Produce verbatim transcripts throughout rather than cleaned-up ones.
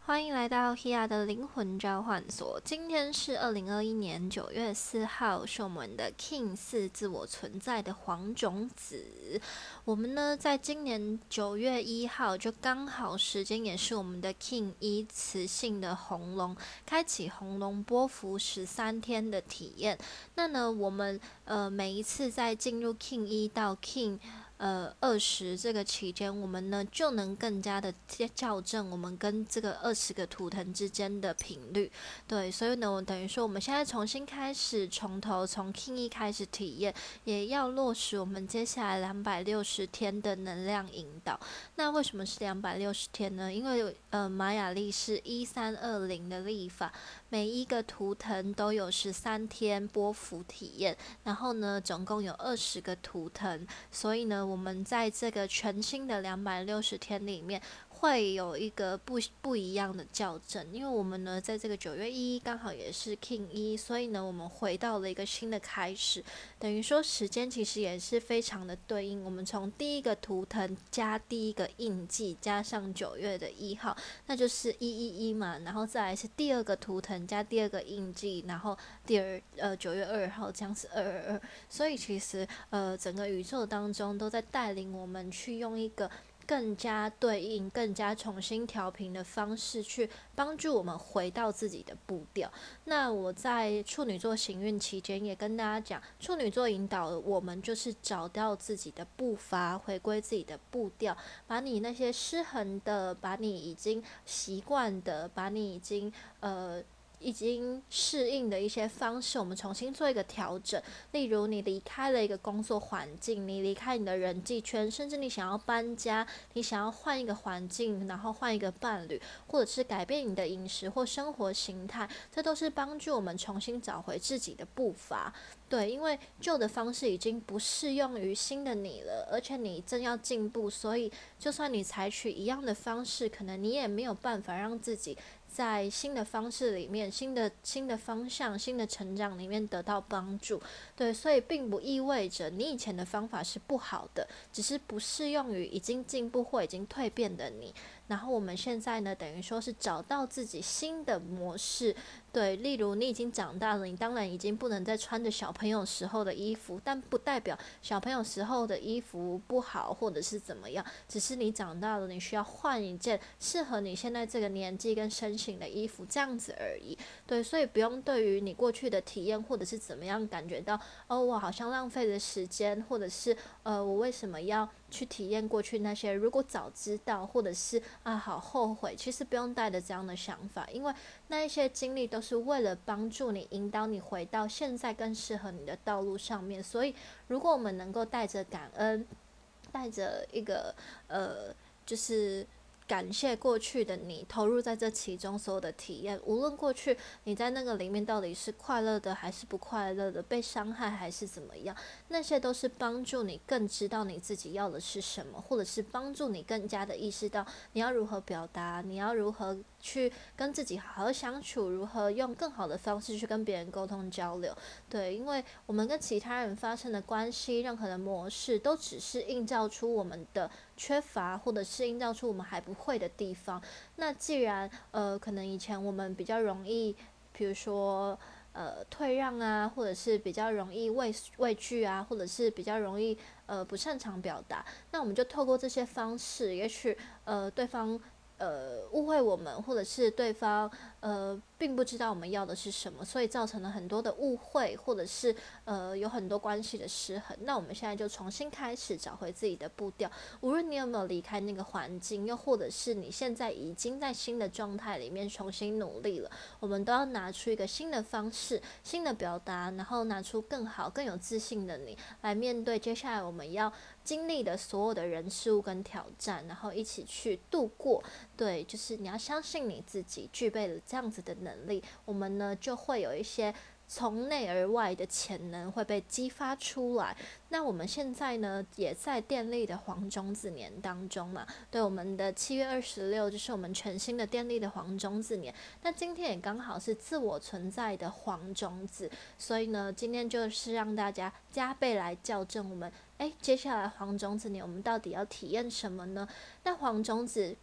欢迎来到 Hia 的灵魂召唤所。今天是二零二一年九月四号，是我们的 King 四自我存在的黄种子。我们呢，在今年九月一号，就刚好时间也是我们的 King 一磁性的红龙开启红龙波幅十三天的体验。那呢，我们呃每一次在进入 King 一到 King。呃，二十这个期间，我们呢就能更加的校正我们跟这个二十个图腾之间的频率。对，所以呢，我等于说我们现在重新开始，从头从 King 一开始体验，也要落实我们接下来两百六十天的能量引导。那为什么是两百六十天呢？因为呃，玛雅历是一三二零的历法，每一个图腾都有十三天波幅体验，然后呢，总共有二十个图腾，所以呢。我们在这个全新的两百六十天里面，会有一个不不一样的校正，因为我们呢，在这个九月一刚好也是 King 一，所以呢，我们回到了一个新的开始，等于说时间其实也是非常的对应。我们从第一个图腾加第一个印记，加上九月的一号，那就是一一一嘛，然后再来是第二个图腾加第二个印记，然后第二呃九月二号这样是二二二，所以其实呃整个宇宙当中都在带领我们去用一个更加对应、更加重新调频的方式，去帮助我们回到自己的步调。那我在处女座行运期间也跟大家讲，处女座引导我们就是找到自己的步伐，回归自己的步调，把你那些失衡的，把你已经习惯的，把你已经呃。已经适应的一些方式，我们重新做一个调整。例如，你离开了一个工作环境，你离开你的人际圈，甚至你想要搬家，你想要换一个环境，然后换一个伴侣，或者是改变你的饮食或生活形态，这都是帮助我们重新找回自己的步伐。对，因为旧的方式已经不适用于新的你了，而且你正要进步，所以就算你采取一样的方式，可能你也没有办法让自己在新的方式里面、新的新的方向、新的成长里面得到帮助。对，所以并不意味着你以前的方法是不好的，只是不适用于已经进步或已经蜕变的你。然后我们现在呢，等于说是找到自己新的模式。对，例如你已经长大了，你当然已经不能再穿着小朋友时候的衣服，但不代表小朋友时候的衣服不好或者是怎么样，只是你长大了，你需要换一件适合你现在这个年纪跟身形的衣服，这样子而已。对，所以不用对于你过去的体验或者是怎么样感觉到哦，我好像浪费了时间，或者是呃，我为什么要去体验过去那些？如果早知道，或者是啊，好后悔，其实不用带着这样的想法，因为那一些经历都是为了帮助你，引导你回到现在更适合你的道路上面。所以，如果我们能够带着感恩，带着一个呃，就是感谢过去的你，投入在这其中所有的体验，无论过去你在那个里面到底是快乐的还是不快乐的，被伤害还是怎么样，那些都是帮助你更知道你自己要的是什么，或者是帮助你更加的意识到你要如何表达，你要如何去跟自己好好相处，如何用更好的方式去跟别人沟通交流。对，因为我们跟其他人发生的关系，任何的模式，都只是映照出我们的缺乏，或者是映照出我们还不会的地方。那既然呃，可能以前我们比较容易，比如说呃退让啊，或者是比较容易畏畏惧啊，或者是比较容易呃不擅长表达，那我们就透过这些方式，也许呃对方。呃，误会我们，或者是对方呃并不知道我们要的是什么，所以造成了很多的误会，或者是呃有很多关系的失衡。那我们现在就重新开始找回自己的步调，无论你有没有离开那个环境，又或者是你现在已经在新的状态里面重新努力了，我们都要拿出一个新的方式、新的表达，然后拿出更好、更有自信的你来面对接下来我们要经历的所有的人事物跟挑战，然后一起去度过。对，就是你要相信你自己具备了这样子的能力，我们呢就会有一些从内而外的潜能会被激发出来。那我们现在呢，也在电力的黄种子年当中嘛，对，我们的七月二十六就是我们全新的电力的黄种子年。那今天也刚好是自我存在的黄种子，所以呢，今天就是让大家加倍来校正我们，哎，接下来黄种子年我们到底要体验什么呢？那黄种子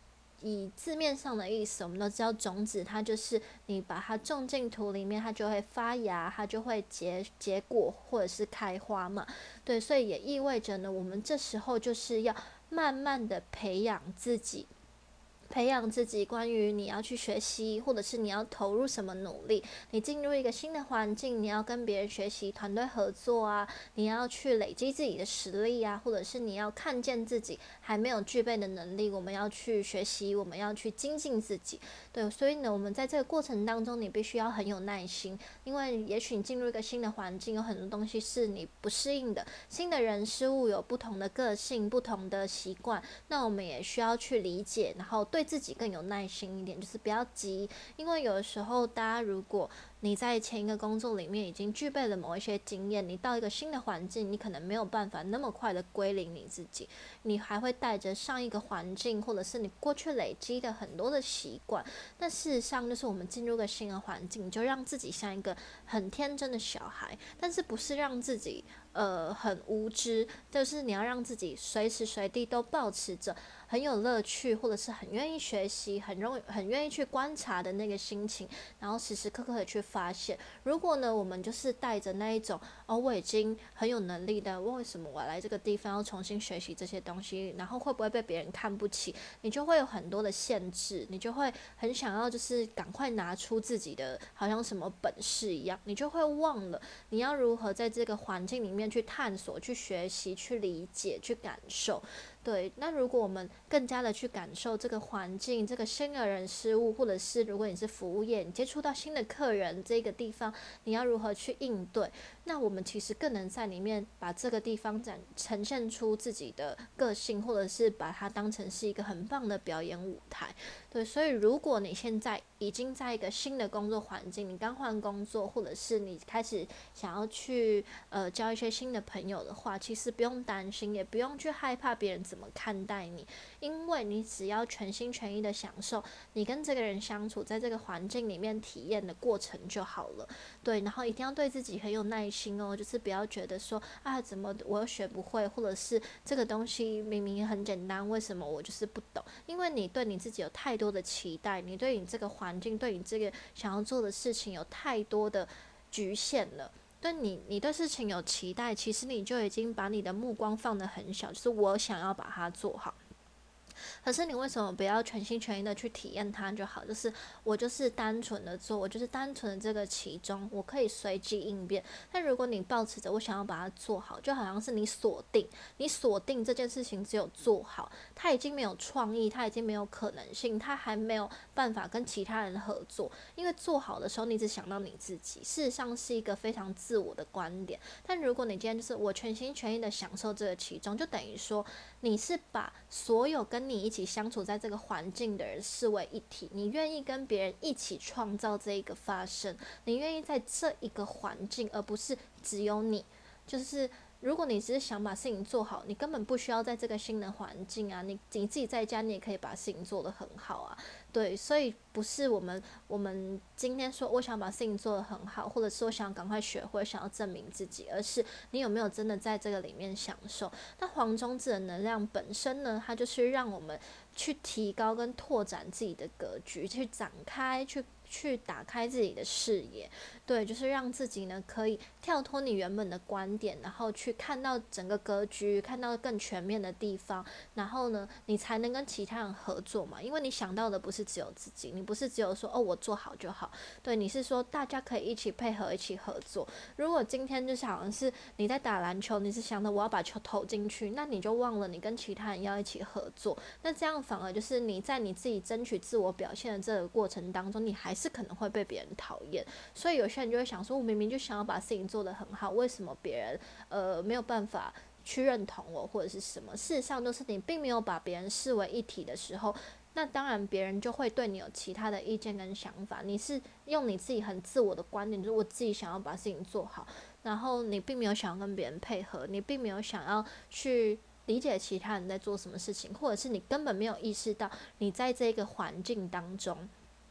以字面上的意思，我们都知道种子它就是你把它种进土里面，它就会发芽，它就会结结果或者是开花嘛。对，所以也意味着呢，我们这时候就是要慢慢的培养自己。培养自己关于你要去学习，或者是你要投入什么努力，你进入一个新的环境，你要跟别人学习团队合作啊，你要去累积自己的实力啊，或者是你要看见自己还没有具备的能力，我们要去学习，我们要去精进自己。对，所以呢，我们在这个过程当中，你必须要很有耐心，因为也许你进入一个新的环境，有很多东西是你不适应的，新的人事物有不同的个性，不同的习惯，那我们也需要去理解，然后对自己更有耐心一点，就是不要急，因为有的时候大家如果你在前一个工作里面已经具备了某一些经验，你到一个新的环境，你可能没有办法那么快的归零你自己，你还会带着上一个环境或者是你过去累积的很多的习惯，那事实上就是我们进入个新的环境，就让自己像一个很天真的小孩，但是不是让自己呃很无知，就是你要让自己随时随地都保持着很有乐趣，或者是很愿意学习，很容易很愿意去观察的那个心情，然后时时刻刻的去发现。如果呢，我们就是带着那一种哦，我已经很有能力的，为什么我来这个地方要重新学习这些东西？然后会不会被别人看不起？你就会有很多的限制，你就会很想要就是赶快拿出自己的好像什么本事一样，你就会忘了你要如何在这个环境里面去探索、去学习、去理解、去感受。对，那如果我们更加的去感受这个环境、这个新的人事物，或者是如果你是服务业，你接触到新的客人，这个地方你要如何去应对？那我们其实更能在里面把这个地方展呈现出自己的个性，或者是把它当成是一个很棒的表演舞台。对，所以如果你现在已经在一个新的工作环境，你刚换工作，或者是你开始想要去呃交一些新的朋友的话，其实不用担心，也不用去害怕别人怎么看待你，因为你只要全心全意的享受你跟这个人相处，在这个环境里面体验的过程就好了。对，然后一定要对自己很有耐心哦，就是不要觉得说啊怎么我又学不会，或者是这个东西明明很简单，为什么我就是不懂？因为你对你自己有太多的期待，你对你这个环境，对你这个想要做的事情有太多的局限了。对你，你对事情有期待，其实你就已经把你的目光放得很小，就是我想要把它做好。可是你为什么不要全心全意的去体验它就好？就是我就是单纯的做，我就是单纯的这个其中，我可以随机应变。但如果你抱持着我想要把它做好，就好像是你锁定，你锁定这件事情只有做好，它已经没有创意，它已经没有可能性，它还没有办法跟其他人合作。因为做好的时候，你只想到你自己，事实上是一个非常自我的观点。但如果你今天就是我全心全意的享受这个其中，就等于说你是把所有跟你一起相处在这个环境的人视为一体，你愿意跟别人一起创造这一个发生，你愿意在这一个环境，而不是只有你。就是如果你只是想把事情做好，你根本不需要在这个新的环境啊，你你自己在家你也可以把事情做得很好啊。对，所以不是我们我们今天说我想把事情做得很好，或者是我想赶快学会，想要证明自己，而是你有没有真的在这个里面享受。那黄种子的能量本身呢，它就是让我们去提高跟拓展自己的格局，去展开，去去打开自己的视野。对，就是让自己呢可以跳脱你原本的观点，然后去看到整个格局，看到更全面的地方，然后呢，你才能跟其他人合作嘛。因为你想到的不是只有自己，你不是只有说哦我做好就好，对，你是说大家可以一起配合，一起合作。如果今天就是好像是你在打篮球，你是想着我要把球投进去，那你就忘了你跟其他人要一起合作。那这样反而就是你在你自己争取自我表现的这个过程当中，你还是可能会被别人讨厌。所以有些人就会想说，我明明就想要把事情做得很好，为什么别人呃没有办法去认同我或者是什么？事实上，就是你并没有把别人视为一体的时候，那当然别人就会对你有其他的意见跟想法。你是用你自己很自我的观点，就是我自己想要把事情做好，然后你并没有想要跟别人配合，你并没有想要去理解其他人在做什么事情，或者是你根本没有意识到你在这个环境当中。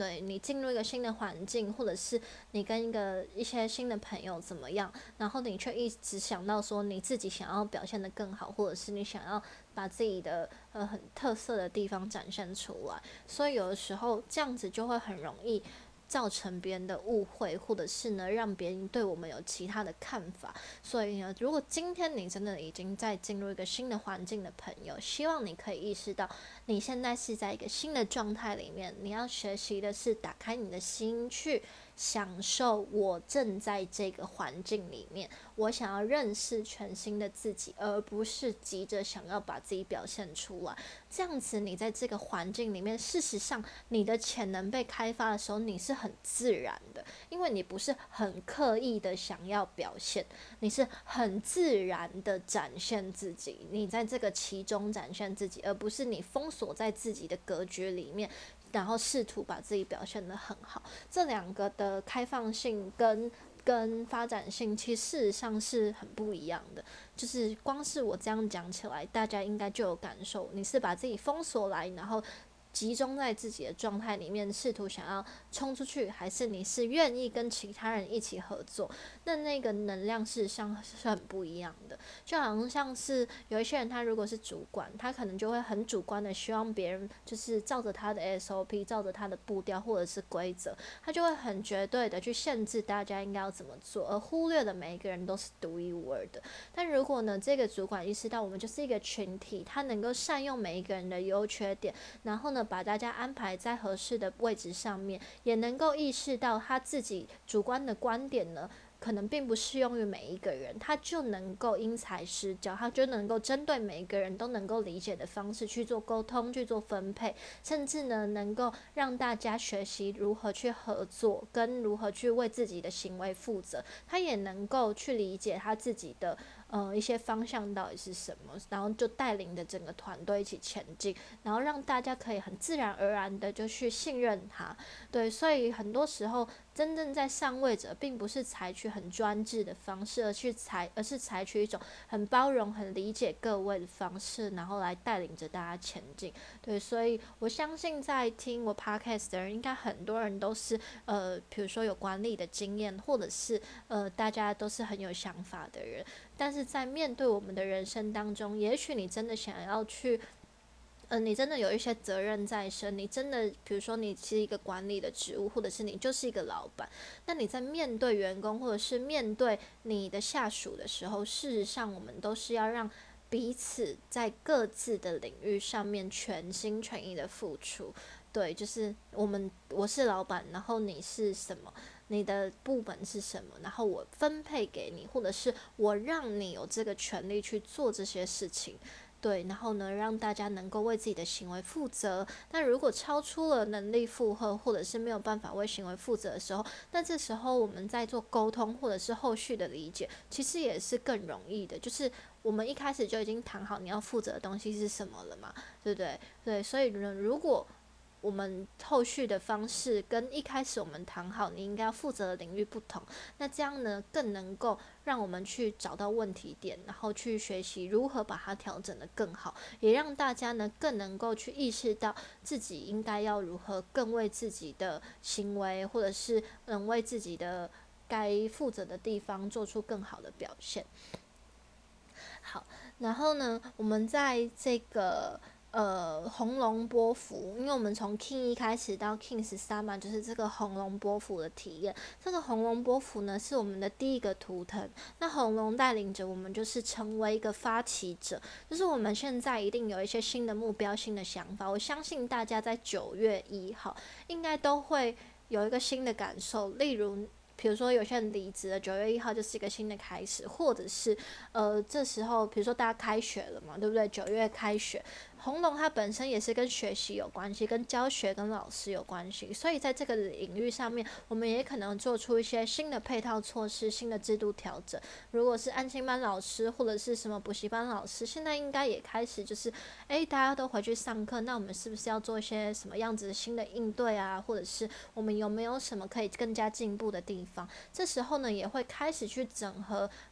对，你进入一个新的环境，或者是你跟一个一些新的朋友怎么样，然后你却一直想到说你自己想要表现得更好，或者是你想要把自己的呃很特色的地方展现出来，所以有的时候这样子就会很容易造成别人的误会，或者是呢让别人对我们有其他的看法。所以呢，如果今天你真的已经在进入一个新的环境的朋友，希望你可以意识到你现在是在一个新的状态里面，你要学习的是打开你的心去享受我正在这个环境里面，我想要认识全新的自己，而不是急着想要把自己表现出来。这样子你在这个环境里面，事实上你的潜能被开发的时候，你是很自然的，因为你不是很刻意的想要表现，你是很自然的展现自己，你在这个其中展现自己，而不是你封锁在自己的格局里面，然后试图把自己表现得很好。这两个的开放性跟跟发展性其实事实上是很不一样的，就是光是我这样讲起来，大家应该就有感受，你是把自己封锁来，然后集中在自己的状态里面，试图想要冲出去，还是你是愿意跟其他人一起合作，那那个能量事实上是很不一样的。就好像像是有一些人，他如果是主管，他可能就会很主观的希望别人就是照着他的 S O P， 照着他的步调或者是规则，他就会很绝对的去限制大家应该要怎么做，而忽略了每一个人都是独一无二的。但如果呢，这个主管意识到我们就是一个群体，他能够善用每一个人的优缺点，然后呢把大家安排在合适的位置上面，也能够意识到他自己主观的观点呢可能并不适用于每一个人，他就能够因材施教，他就能够针对每一个人都能够理解的方式去做沟通，去做分配，甚至呢能够让大家学习如何去合作，跟如何去为自己的行为负责。他也能够去理解他自己的呃一些方向到底是什么，然后就带领着整个团队一起前进，然后让大家可以很自然而然的就去信任他。对，所以很多时候真正在上位者并不是采取很专制的方式，而去采而是采取一种很包容、很理解各位的方式，然后来带领着大家前进。对，所以我相信在听我 podcast 的人，应该很多人都是呃，比如说有管理的经验，或者是呃，大家都是很有想法的人。但是在面对我们的人生当中，也许你真的想要去嗯、呃，你真的有一些责任在身，你真的，比如说你是一个管理的职务，或者是你就是一个老板，那你在面对员工或者是面对你的下属的时候，事实上我们都是要让彼此在各自的领域上面全心全意的付出。对，就是我们我是老板，然后你是什么，你的部门是什么，然后我分配给你，或者是我让你有这个权利去做这些事情。对，然后呢，让大家能够为自己的行为负责。但如果超出了能力负荷，或者是没有办法为行为负责的时候，那这时候我们在做沟通，或者是后续的理解，其实也是更容易的。就是我们一开始就已经谈好你要负责的东西是什么了嘛，对不对？对，所以呢，如果我们后续的方式跟一开始我们谈好你应该要负责的领域不同，那这样呢更能够让我们去找到问题点，然后去学习如何把它调整得更好，也让大家呢更能够去意识到自己应该要如何更为自己的行为，或者是能为自己的该负责的地方做出更好的表现。好，然后呢我们在这个呃，红龙波幅，因为我们从 King 一开始到 King 十三嘛，就是这个红龙波幅的体验。这个红龙波幅呢，是我们的第一个图腾。那红龙带领着我们，就是成为一个发起者，就是我们现在一定有一些新的目标、新的想法。我相信大家在九月一号应该都会有一个新的感受，例如。比如说有些人离职了，九月一号就是一个新的开始，或者是呃这时候比如说大家开学了嘛，对不对？九月开学，红龙它本身也是跟学习有关系，跟教学跟老师有关系，所以在这个领域上面，我们也可能做出一些新的配套措施、新的制度调整。如果是安亲班老师或者是什么补习班老师，现在应该也开始就是，哎，大家都回去上课，那我们是不是要做一些什么样子新的应对啊？或者是我们有没有什么可以更加进步的地方？这时候呢，也会开始去整合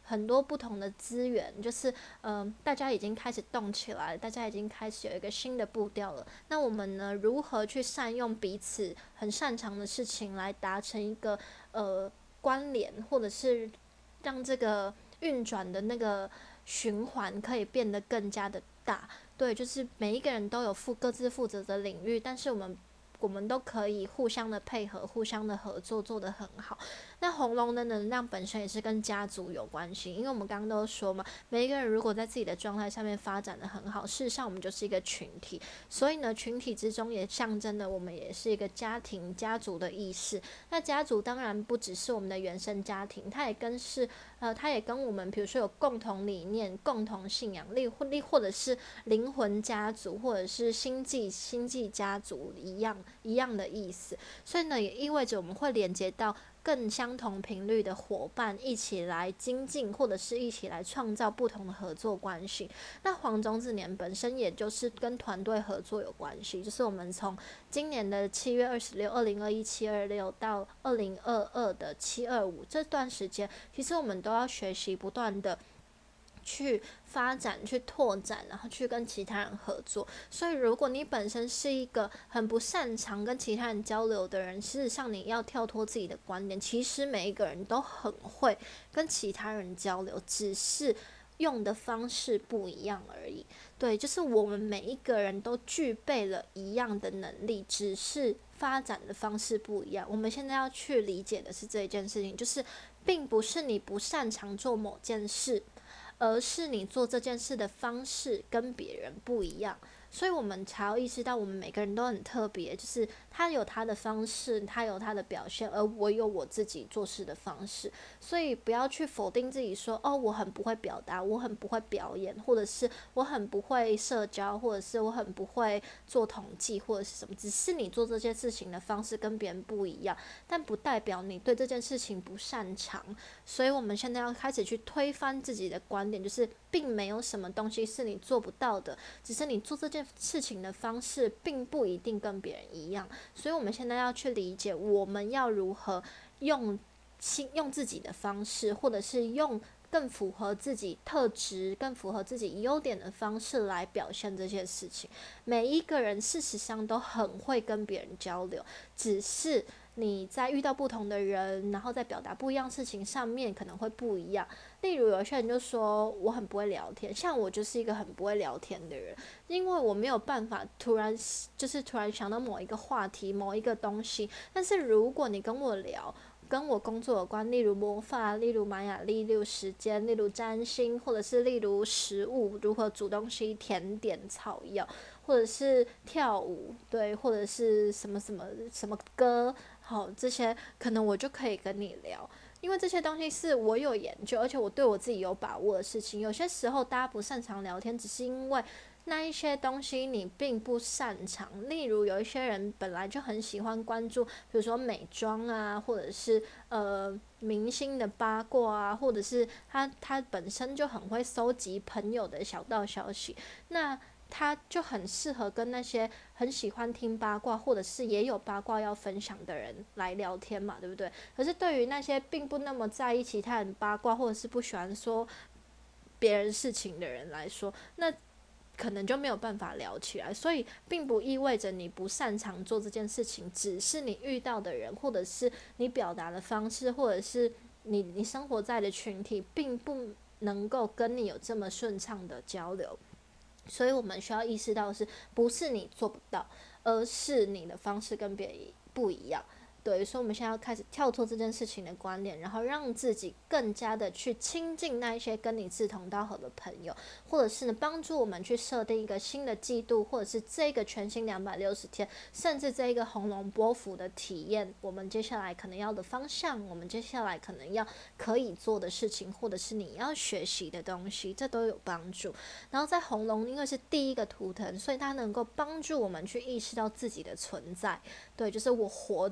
很多不同的资源，就是嗯、呃，大家已经开始动起来，大家已经开始有一个新的步调了。那我们呢，如何去善用彼此很擅长的事情，来达成一个呃关联，或者是让这个运转的那个循环可以变得更加的大？对，就是每一个人都有负各自负责的领域，但是我们我们都可以互相的配合，互相的合作，做得很好。那红龙的能量本身也是跟家族有关系，因为我们刚刚都说嘛，每一个人如果在自己的状态下面发展得很好，事实上我们就是一个群体，所以呢，群体之中也象征的我们也是一个家庭、家族的意识。那家族当然不只是我们的原生家庭，它也跟是呃，它也跟我们比如说有共同理念、共同信仰力，或或者是灵魂家族，或者是星际星际家族一样一样的意思。所以呢，也意味着我们会连接到更相同频率的伙伴，一起来精进，或者是一起来创造不同的合作关系。那黄种子年本身也就是跟团队合作有关系，就是我们从今年的七月二十六，二零二一七二六到二零二二的七二五这段时间，其实我们都要学习不断的去发展、去拓展，然后去跟其他人合作。所以，如果你本身是一个很不擅长跟其他人交流的人，事实上你要跳脱自己的观点。其实每一个人都很会跟其他人交流，只是用的方式不一样而已。对，就是我们每一个人都具备了一样的能力，只是发展的方式不一样。我们现在要去理解的是这一件事情，就是并不是你不擅长做某件事，而是你做这件事的方式跟别人不一样。所以我们才要意识到我们每个人都很特别，就是他有他的方式，他有他的表现，而我有我自己做事的方式。所以不要去否定自己说，哦，我很不会表达，我很不会表演，或者是我很不会社交，或者是我很不会做统计，或者是什么。只是你做这件事情的方式跟别人不一样，但不代表你对这件事情不擅长。所以我们现在要开始去推翻自己的观点，就是并没有什么东西是你做不到的，只是你做这件事情的方式并不一定跟别人一样。所以我们现在要去理解，我们要如何用用自己的方式，或者是用更符合自己特质、更符合自己优点的方式来表现这些事情。每一个人事实上都很会跟别人交流，只是你在遇到不同的人，然后在表达不一样事情上面可能会不一样。例如有些人就说我很不会聊天，像我就是一个很不会聊天的人，因为我没有办法突然就是突然想到某一个话题、某一个东西。但是如果你跟我聊跟我工作有关，例如魔法，例如玛雅历，例如时间，例如占星，或者是例如食物，如何煮东西、甜点、草药，或者是跳舞，对，或者是什么什么什么歌，好，这些可能我就可以跟你聊。因为这些东西是我有研究，而且我对我自己有把握的事情。有些时候大家不擅长聊天，只是因为那一些东西你并不擅长。例如有一些人本来就很喜欢关注，比如说美妆啊，或者是呃明星的八卦啊，或者是他他本身就很会收集朋友的小道消息，那他就很适合跟那些很喜欢听八卦，或者是也有八卦要分享的人来聊天嘛，对不对？可是对于那些并不那么在意其他人八卦，或者是不喜欢说别人事情的人来说，那可能就没有办法聊起来。所以并不意味着你不擅长做这件事情，只是你遇到的人，或者是你表达的方式，或者是你你生活在的群体并不能够跟你有这么顺畅的交流。所以我们需要意识到的是，不是你做不到，而是你的方式跟别人不一样。对，所以我们现在要开始跳脱这件事情的观念，然后让自己更加的去亲近那一些跟你志同道合的朋友，或者是呢帮助我们去设定一个新的季度，或者是这个全新两百六十天，甚至这一个红龙波幅的体验，我们接下来可能要的方向，我们接下来可能要可以做的事情，或者是你要学习的东西，这都有帮助。然后在红龙因为是第一个图腾，所以它能够帮助我们去意识到自己的存在。对，就是我活着，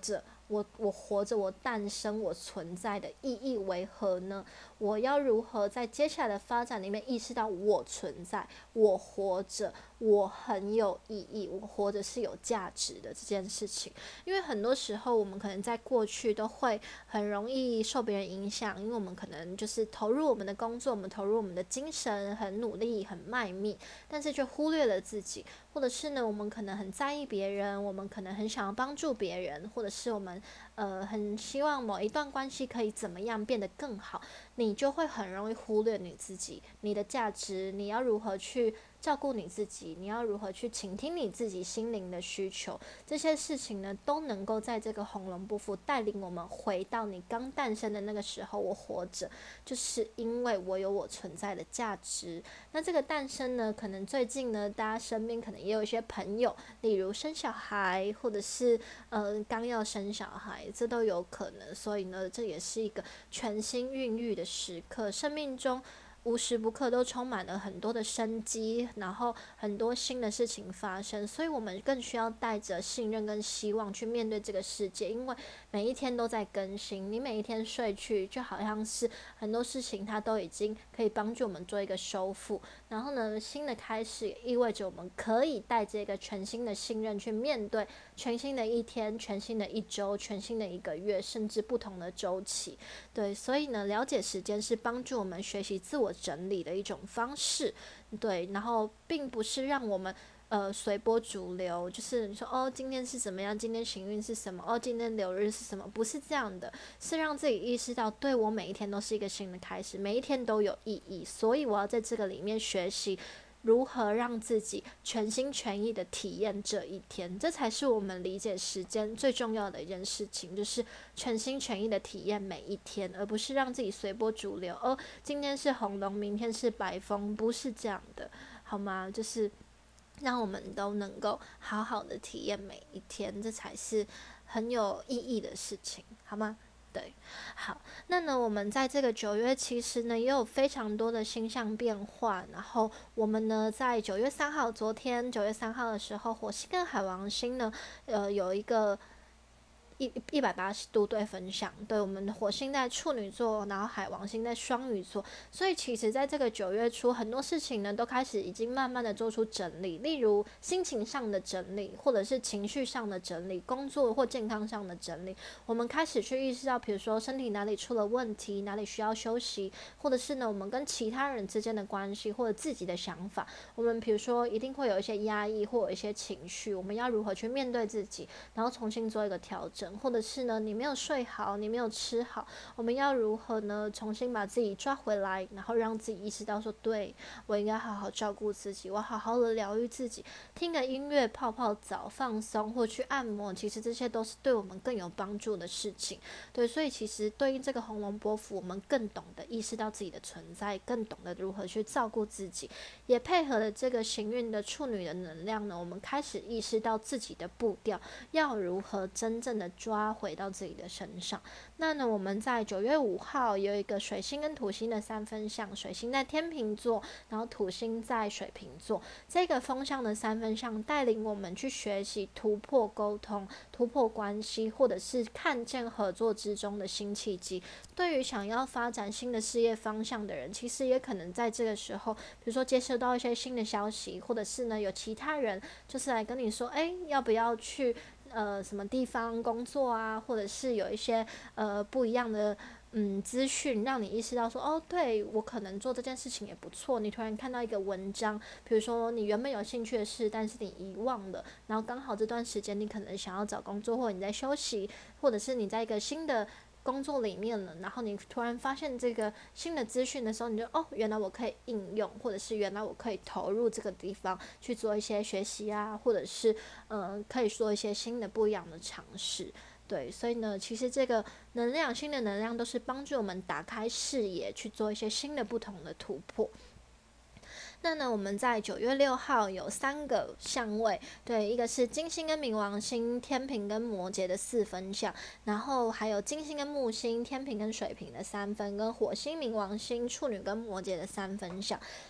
我我活着，我诞生，我存在的意义为何呢？我要如何在接下来的发展里面意识到我存在，我活着，我很有意义，我活着是有价值的这件事情。因为很多时候我们可能在过去都会很容易受别人影响，因为我们可能就是投入我们的工作，我们投入我们的精神，很努力，很卖命，但是却忽略了自己。或者是呢，我们可能很在意别人，我们可能很想要帮助别人，或者是我们呃很希望某一段关系可以怎么样变得更好，你就会很容易忽略你自己，你的价值，你要如何去照顾你自己，你要如何去倾听你自己心灵的需求，这些事情呢，都能够在这个红龙波符带领我们回到你刚诞生的那个时候。我活着，就是因为我有我存在的价值。那这个诞生呢，可能最近呢，大家身边可能也有一些朋友，例如生小孩，或者是呃刚要生小孩，这都有可能。所以呢，这也是一个全新孕育的时刻，生命中无时不刻都充满了很多的生机，然后很多新的事情发生，所以我们更需要带着信任跟希望去面对这个世界，因为每一天都在更新，你每一天睡去就好像是很多事情它都已经可以帮助我们做一个修复，然后呢，新的开始也意味着我们可以带着一个全新的信任去面对全新的一天、全新的一周、全新的一个月，甚至不同的周期。对，所以呢，了解时间是帮助我们学习自我整理的一种方式。对，然后并不是让我们呃随波逐流，就是你说哦，今天是怎么样，今天行运是什么，哦，今天流日是什么，不是这样的，是让自己意识到，对，我每一天都是一个新的开始，每一天都有意义，所以我要在这个里面学习如何让自己全心全意的体验这一天，这才是我们理解时间最重要的一件事情，就是全心全意的体验每一天，而不是让自己随波逐流。哦，今天是红龙，明天是白风，不是这样的，好吗？就是让我们都能够好好的体验每一天，这才是很有意义的事情，好吗？对，好，那呢，我们在这个九月其实呢也有非常多的星象变化，然后我们呢在九月三号，昨天九月三号的时候，火星跟海王星呢，呃，有一个一一百八十度对分享，对，我们的火星在处女座，然后海王星在双鱼座，所以其实在这个九月初，很多事情呢都开始已经慢慢的做出整理，例如心情上的整理，或者是情绪上的整理，工作或健康上的整理，我们开始去意识到，比如说身体哪里出了问题，哪里需要休息，或者是呢我们跟其他人之间的关系，或者自己的想法，我们比如说一定会有一些压抑或有一些情绪，我们要如何去面对自己，然后重新做一个调整。或者是呢，你没有睡好，你没有吃好，我们要如何呢？重新把自己抓回来，然后让自己意识到说，对，我应该好好照顾自己，我好好的疗愈自己，听个音乐、泡泡澡、放松，或去按摩，其实这些都是对我们更有帮助的事情。对，所以其实对应这个红龙波符，我们更懂得意识到自己的存在，更懂得如何去照顾自己，也配合了这个行运的处女的能量呢，我们开始意识到自己的步调要如何真正的抓回到自己的身上。那呢，我们在九月五号有一个水星跟土星的三分相，水星在天秤座，然后土星在水瓶座，这个风向的三分相带领我们去学习突破沟通、突破关系，或者是看见合作之中的新契机。对于想要发展新的事业方向的人，其实也可能在这个时候，比如说接收到一些新的消息，或者是呢有其他人就是来跟你说，哎，要不要去呃什么地方工作啊，或者是有一些呃不一样的嗯资讯，让你意识到说，哦，对，我可能做这件事情也不错。你突然看到一个文章，比如说你原本有兴趣的事，但是你遗忘了，然后刚好这段时间你可能想要找工作，或者你在休息，或者是你在一个新的工作里面了，然后你突然发现这个新的资讯的时候，你就哦，原来我可以应用，或者是原来我可以投入这个地方去做一些学习啊，或者是呃，可以做一些新的不一样的尝试。对，所以呢，其实这个能量，新的能量都是帮助我们打开视野，去做一些新的不同的突破。那呢，我们在九月六号有三个相位，对，一个是金星跟冥王星、天平跟摩羯的四分相，然后还有金星跟木星、天平跟水瓶的三分，跟火星、冥王星、处女跟摩羯的三分相。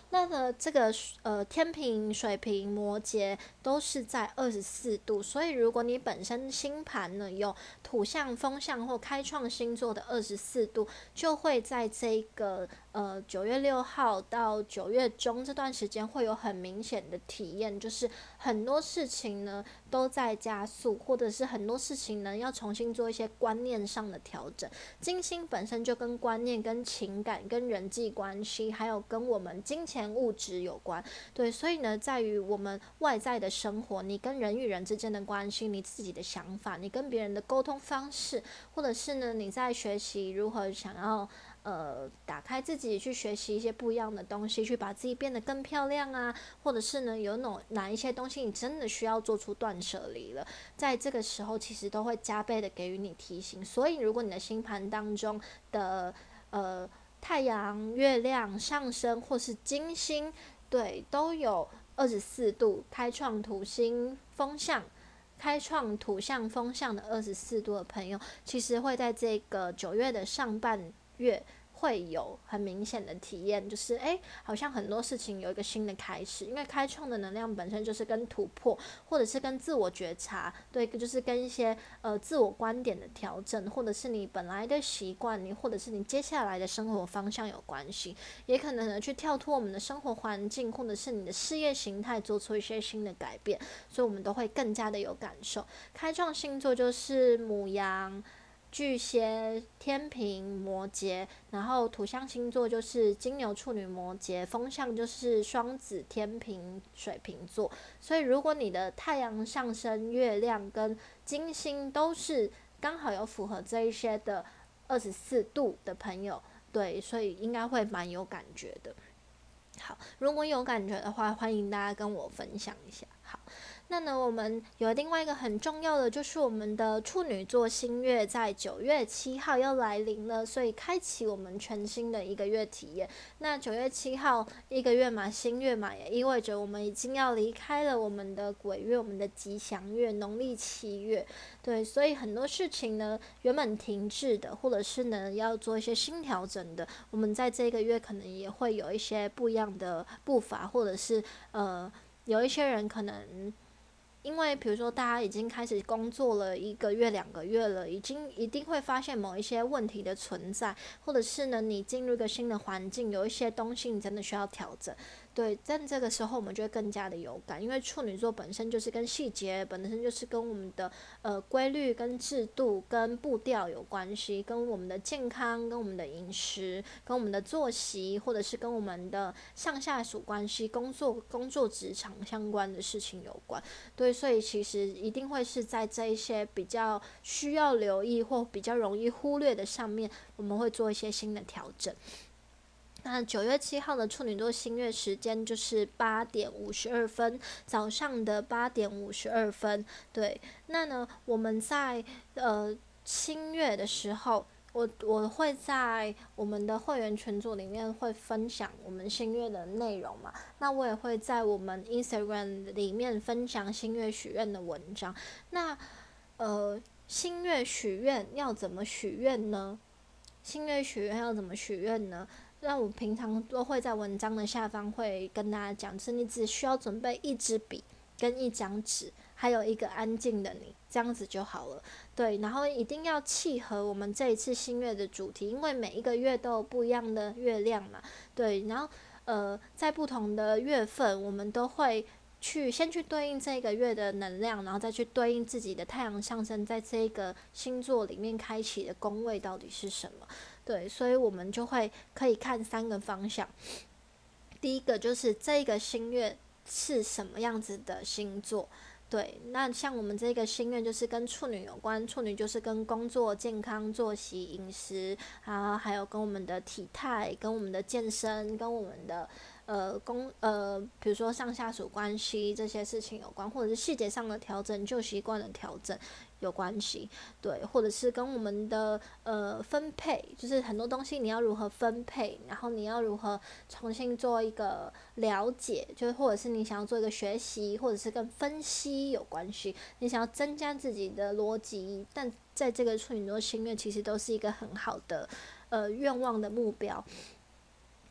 那呢，这个呃天平、水瓶、摩羯都是在二十四度，所以如果你本身星盘呢有土象、风象或开创星座的二十四度，就会在这个呃九月六号到九月中这段时间会有很明显的体验，就是很多事情呢都在加速，或者是很多事情呢要重新做一些观念上的调整。金星本身就跟观念、跟情感、跟人际关系，还有跟我们金钱物质有关。对，所以呢，在于我们外在的生活，你跟人与人之间的关系，你自己的想法，你跟别人的沟通方式，或者是呢，你在学习如何想要呃打开自己去学习一些不一样的东西，去把自己变得更漂亮啊，或者是呢，有哪哪一些东西你真的需要做出断舍离了，在这个时候其实都会加倍的给予你提醒。所以，如果你的星盘当中的呃太阳、月亮、上升或是金星，对，都有二十四度，开创土星风象。开创土象风象的二十四度的朋友，其实会在这个九月的上半月会有很明显的体验，就是哎，好像很多事情有一个新的开始，因为开创的能量本身就是跟突破，或者是跟自我觉察，对，就是跟一些呃自我观点的调整，或者是你本来的习惯，你或者是你接下来的生活方向有关系，也可能呢去跳脱我们的生活环境，或者是你的事业形态，做出一些新的改变，所以我们都会更加的有感受。开创星座就是牡羊、巨蟹、天平、摩羯，然后土象星座就是金牛、处女、摩羯，风象就是双子、天平、水瓶座。所以如果你的太阳上升、月亮跟金星都是刚好有符合这一些的二十四度的朋友，对，所以应该会蛮有感觉的。好，如果有感觉的话，欢迎大家跟我分享一下。好，那呢，我们有另外一个很重要的，就是我们的处女座新月在九月七号要来临了，所以开启我们全新的一个月体验。那九月七号一个月嘛，新月嘛，也意味着我们已经要离开了我们的鬼月，我们的吉祥月，农历七月。对，所以很多事情呢，原本停滞的，或者是呢要做一些新调整的，我们在这个月可能也会有一些不一样的步伐，或者是呃，有一些人可能。因为比如说大家已经开始工作了一个月两个月了，已经一定会发现某一些问题的存在，或者是呢你进入一个新的环境，有一些东西你真的需要调整。对，但这个时候我们就会更加的有感，因为处女座本身就是跟细节，本身就是跟我们的呃规律、跟制度、跟步调有关系，跟我们的健康、跟我们的饮食、跟我们的作息，或者是跟我们的上下属关系、工作、工作职场相关的事情有关。对，所以其实一定会是在这一些比较需要留意或比较容易忽略的上面，我们会做一些新的调整。那九月七号的处女座新月时间就是八点五十二分，早上的八点五十二分。对，那呢，我们在呃新月的时候，我我会在我们的会员群组里面会分享我们新月的内容嘛，那我也会在我们 Instagram 里面分享新月许愿的文章。那呃，新月许愿要怎么许愿呢？新月许愿要怎么许愿呢？那我平常都会在文章的下方会跟大家讲，就是你只需要准备一支笔跟一张纸，还有一个安静的你，这样子就好了。对，然后一定要契合我们这一次新月的主题，因为每一个月都有不一样的月亮嘛。对，然后呃，在不同的月份，我们都会去先去对应这个月的能量，然后再去对应自己的太阳上升在这个星座里面开启的宫位到底是什么。对，所以我们就会可以看三个方向。第一个就是这个星月是什么样子的星座。对，那像我们这个心愿就是跟处女有关，处女就是跟工作、健康、作息、饮食啊，还有跟我们的体态、跟我们的健身、跟我们的呃工呃，比如说上下属关系这些事情有关，或者是细节上的调整、旧习惯的调整有关系。对，或者是跟我们的呃分配，就是很多东西你要如何分配，然后你要如何重新做一个了解，就是或者是你想要做一个学习，或者是跟分析有关系，你想要增加自己的逻辑，但在这个处女座心愿其实都是一个很好的呃愿望的目标。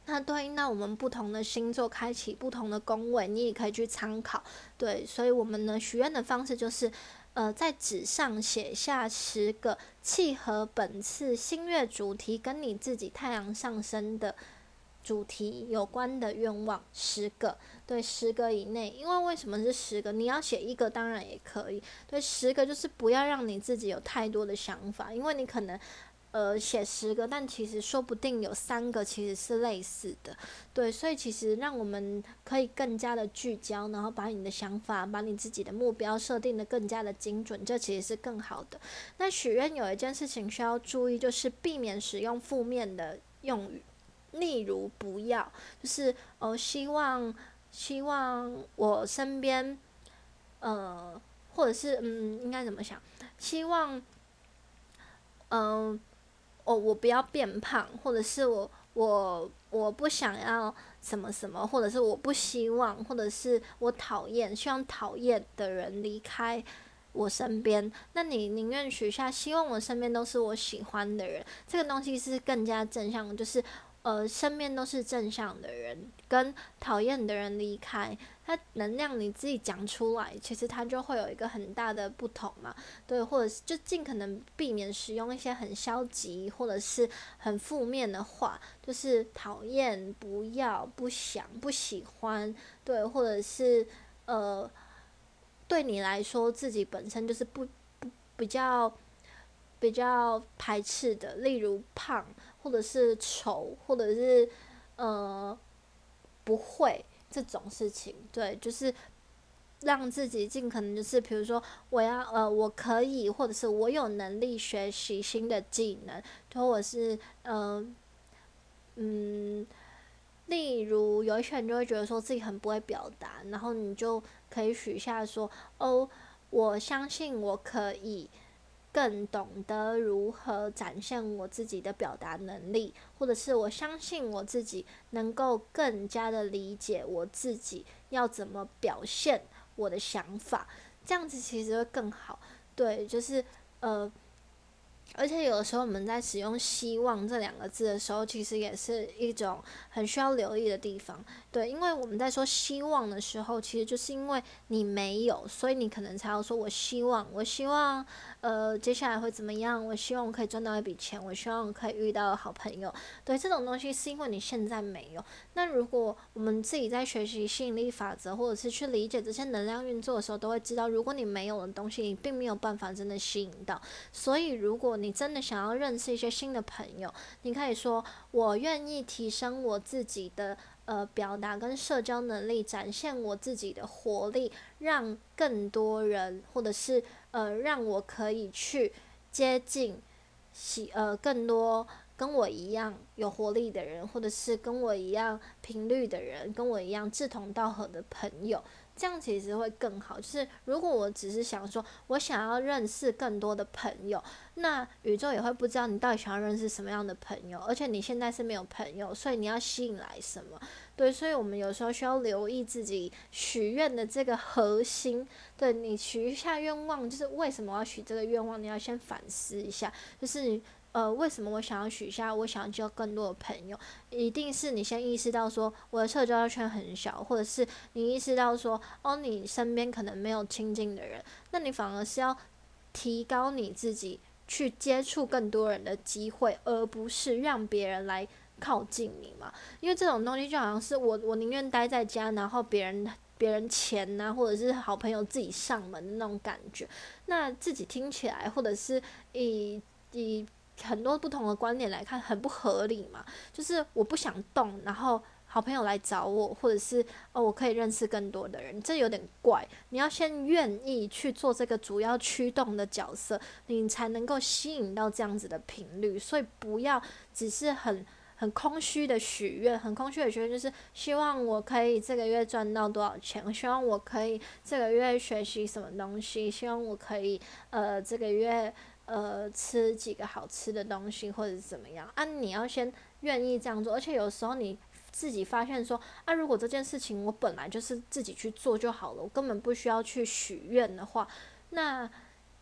那对应到我们不同的星座开启不同的宫位，你也可以去参考。对，所以我们呢许愿的方式就是，呃，在纸上写下十个契合本次新月主题跟你自己太阳上升的主题有关的愿望，十个，对，十个以内。因为为什么是十个？你要写一个当然也可以，对，十个就是不要让你自己有太多的想法，因为你可能。呃，写十个，但其实说不定有三个其实是类似的，对，所以其实让我们可以更加的聚焦，然后把你的想法、把你自己的目标设定的更加的精准，这其实是更好的。那许愿有一件事情需要注意，就是避免使用负面的用语，例如不要，就是呃，希望希望我身边呃，或者是嗯，应该怎么想？希望嗯。呃哦，我不要变胖，或者是我我我不想要什么什么，或者是我不希望，或者是我讨厌，希望讨厌的人离开我身边。那你宁愿许下希望我身边都是我喜欢的人，这个东西是更加正向的，就是呃身边都是正向的人，跟讨厌的人离开。它能量你自己讲出来，其实它就会有一个很大的不同嘛。对，或者是就尽可能避免使用一些很消极或者是很负面的话，就是讨厌、不要、不想、不喜欢，对，或者是呃，对你来说自己本身就是不不比较比较排斥的，例如胖，或者是丑，或者是呃不会这种事情，对，就是让自己尽可能就是比如说我要呃我可以或者是我有能力学习新的技能，或者是呃嗯，例如有一些人就会觉得说自己很不会表达，然后你就可以许下说哦，我相信我可以更懂得如何展现我自己的表达能力，或者是我相信我自己能够更加的理解我自己要怎么表现我的想法，这样子其实会更好。对，就是呃，而且有的时候我们在使用“希望”这两个字的时候，其实也是一种很需要留意的地方。对，因为我们在说希望的时候，其实就是因为你没有，所以你可能才要说“我希望”，我希望呃接下来会怎么样？我希望我可以赚到一笔钱，我希望我可以遇到好朋友。对，这种东西是因为你现在没有。那如果我们自己在学习吸引力法则，或者是去理解这些能量运作的时候，都会知道，如果你没有的东西，你并没有办法真的吸引到。所以，如果你真的想要认识一些新的朋友，你可以说：“我愿意提升我自己的呃表达跟社交能力，展现我自己的活力，让更多人，或者是呃让我可以去接近喜呃更多跟我一样有活力的人，或者是跟我一样频率的人，跟我一样志同道合的朋友。”这样其实会更好。就是如果我只是想说，我想要认识更多的朋友，那宇宙也会不知道你到底想要认识什么样的朋友，而且你现在是没有朋友，所以你要吸引来什么？对，所以我们有时候需要留意自己许愿的这个核心。对，你许一下愿望，就是为什么我要许这个愿望？你要先反思一下，就是你。呃，为什么我想要许下？我想要交更多的朋友，一定是你先意识到说我的社交圈很小，或者是你意识到说哦，你身边可能没有亲近的人，那你反而是要提高你自己去接触更多人的机会，而不是让别人来靠近你嘛。因为这种东西就好像是我我宁愿待在家，然后别人别人钱呐、啊，或者是好朋友自己上门的那种感觉。那自己听起来，或者是以以很多不同的观点来看，很不合理嘛。就是我不想动，然后好朋友来找我，或者是哦，我可以认识更多的人，这有点怪。你要先愿意去做这个主要驱动的角色，你才能够吸引到这样子的频率。所以不要只是很很空虚的许愿，很空虚的许愿就是希望我可以这个月赚到多少钱，我希望我可以这个月学习什么东西，希望我可以呃这个月呃吃几个好吃的东西，或者是怎么样啊？你要先愿意这样做，而且有时候你自己发现说啊，如果这件事情我本来就是自己去做就好了，我根本不需要去许愿的话，那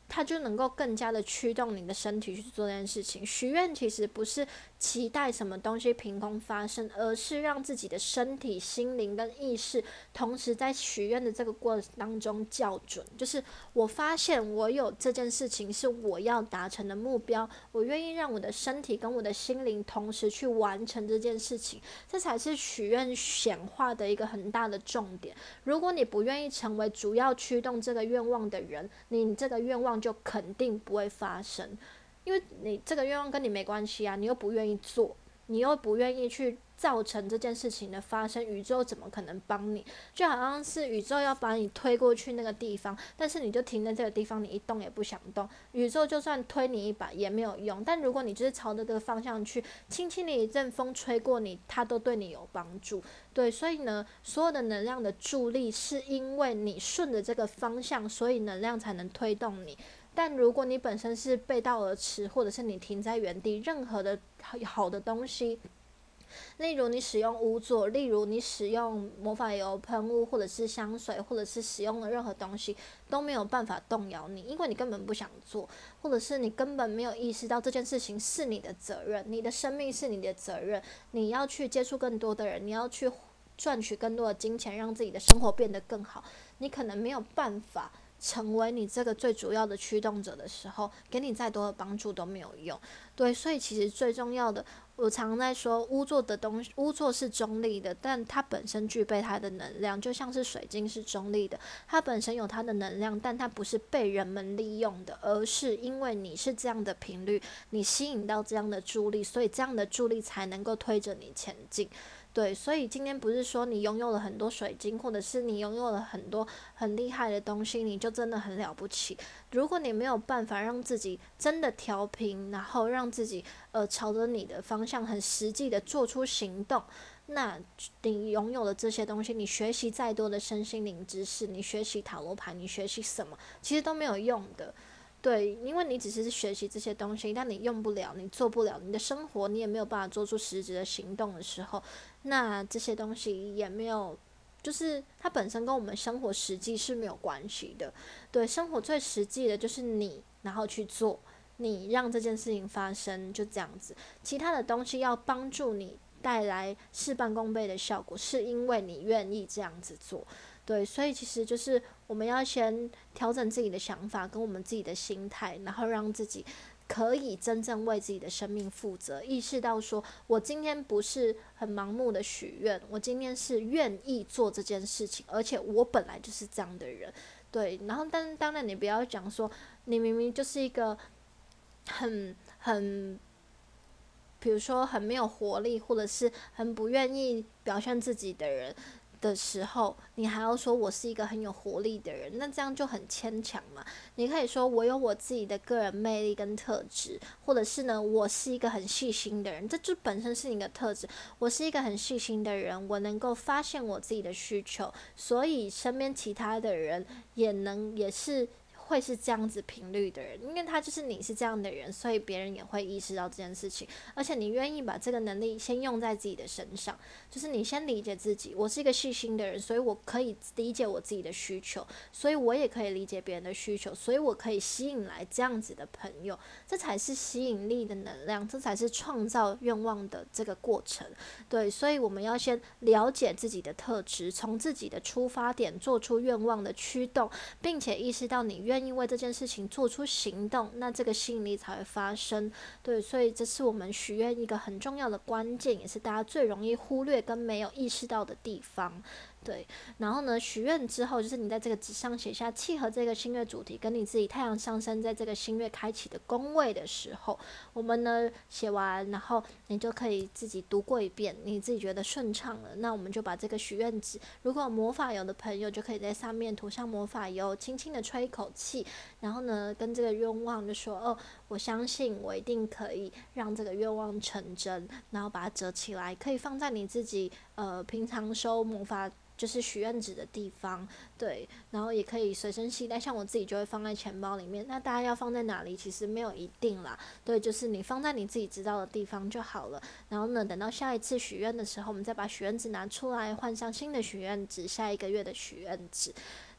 它就能够更加的驱动你的身体去做这件事情。许愿其实不是期待什么东西凭空发生，而是让自己的身体、心灵跟意识同时在许愿的这个过程当中校准。就是我发现我有这件事情是我要达成的目标，我愿意让我的身体跟我的心灵同时去完成这件事情，这才是许愿显化的一个很大的重点。如果你不愿意成为主要驱动这个愿望的人，你这个愿望就肯定不会发生，因为你这个愿望跟你没关系啊，你又不愿意做，你又不愿意去造成这件事情的发生，宇宙怎么可能帮你？就好像是宇宙要把你推过去那个地方，但是你就停在这个地方，你一动也不想动，宇宙就算推你一把也没有用。但如果你就是朝着这个方向去，轻轻的一阵风吹过你，它都对你有帮助。对，所以呢，所有的能量的助力是因为你顺着这个方向，所以能量才能推动你。但如果你本身是背道而驰，或者是你停在原地，任何的好的东西，例如你使用巫作，例如你使用魔法油喷雾，或者是香水，或者是使用的任何东西，都没有办法动摇你，因为你根本不想做，或者是你根本没有意识到这件事情是你的责任，你的生命是你的责任，你要去接触更多的人，你要去赚取更多的金钱，让自己的生活变得更好，你可能没有办法成为你这个最主要的驱动者的时候，给你再多的帮助都没有用。对，所以其实最重要的，我常在说巫作的东西，巫作是中立的，但它本身具备它的能量，就像是水晶是中立的，它本身有它的能量，但它不是被人们利用的，而是因为你是这样的频率，你吸引到这样的助力，所以这样的助力才能够推着你前进。对，所以今天不是说你拥有了很多水晶，或者是你拥有了很多很厉害的东西，你就真的很了不起。如果你没有办法让自己真的调平，然后让自己呃朝着你的方向很实际的做出行动，那你拥有了这些东西，你学习再多的身心灵知识，你学习塔罗牌，你学习什么，其实都没有用的。对，因为你只是学习这些东西，但你用不了，你做不了，你的生活你也没有办法做出实质的行动的时候，那这些东西也没有，就是它本身跟我们生活实际是没有关系的。对，生活最实际的就是你，然后去做，你让这件事情发生，就这样子。其他的东西要帮助你带来事半功倍的效果，是因为你愿意这样子做。对，所以其实就是我们要先调整自己的想法跟我们自己的心态，然后让自己可以真正为自己的生命负责，意识到说我今天不是很盲目的许愿，我今天是愿意做这件事情，而且我本来就是这样的人。对，然后但当然你不要讲说你明明就是一个很很比如说很没有活力，或者是很不愿意表现自己的人的时候，你还要说我是一个很有活力的人，那这样就很牵强嘛。你可以说我有我自己的个人魅力跟特质，或者是呢，我是一个很细心的人，这就本身是你的特质。我是一个很细心的人，我能够发现我自己的需求，所以身边其他的人也能也是会是这样子频率的人，因为他就是你是这样的人，所以别人也会意识到这件事情，而且你愿意把这个能力先用在自己的身上，就是你先理解自己，我是一个细心的人，所以我可以理解我自己的需求，所以我也可以理解别人的需求，所以我可以吸引来这样子的朋友，这才是吸引力的能量，这才是创造愿望的这个过程。对，所以我们要先了解自己的特质，从自己的出发点做出愿望的驱动，并且意识到你愿意为这件事情做出行动，那这个吸引力才会发生。对，所以这是我们许愿一个很重要的关键，也是大家最容易忽略跟没有意识到的地方。对，然后呢，许愿之后，就是你在这个纸上写下契合这个新月主题，跟你自己太阳上升在这个新月开启的宫位的时候，我们呢写完，然后你就可以自己读过一遍，你自己觉得顺畅了，那我们就把这个许愿纸，如果有魔法油的朋友，就可以在上面涂上魔法油，轻轻的吹一口气，然后呢，跟这个愿望就说，哦，我相信我一定可以让这个愿望成真，然后把它折起来，可以放在你自己呃平常收魔法就是许愿纸的地方。对，然后也可以随身携带，像我自己就会放在钱包里面。那大家要放在哪里，其实没有一定啦，对，就是你放在你自己知道的地方就好了。然后呢，等到下一次许愿的时候，我们再把许愿纸拿出来，换上新的许愿纸，下一个月的许愿纸。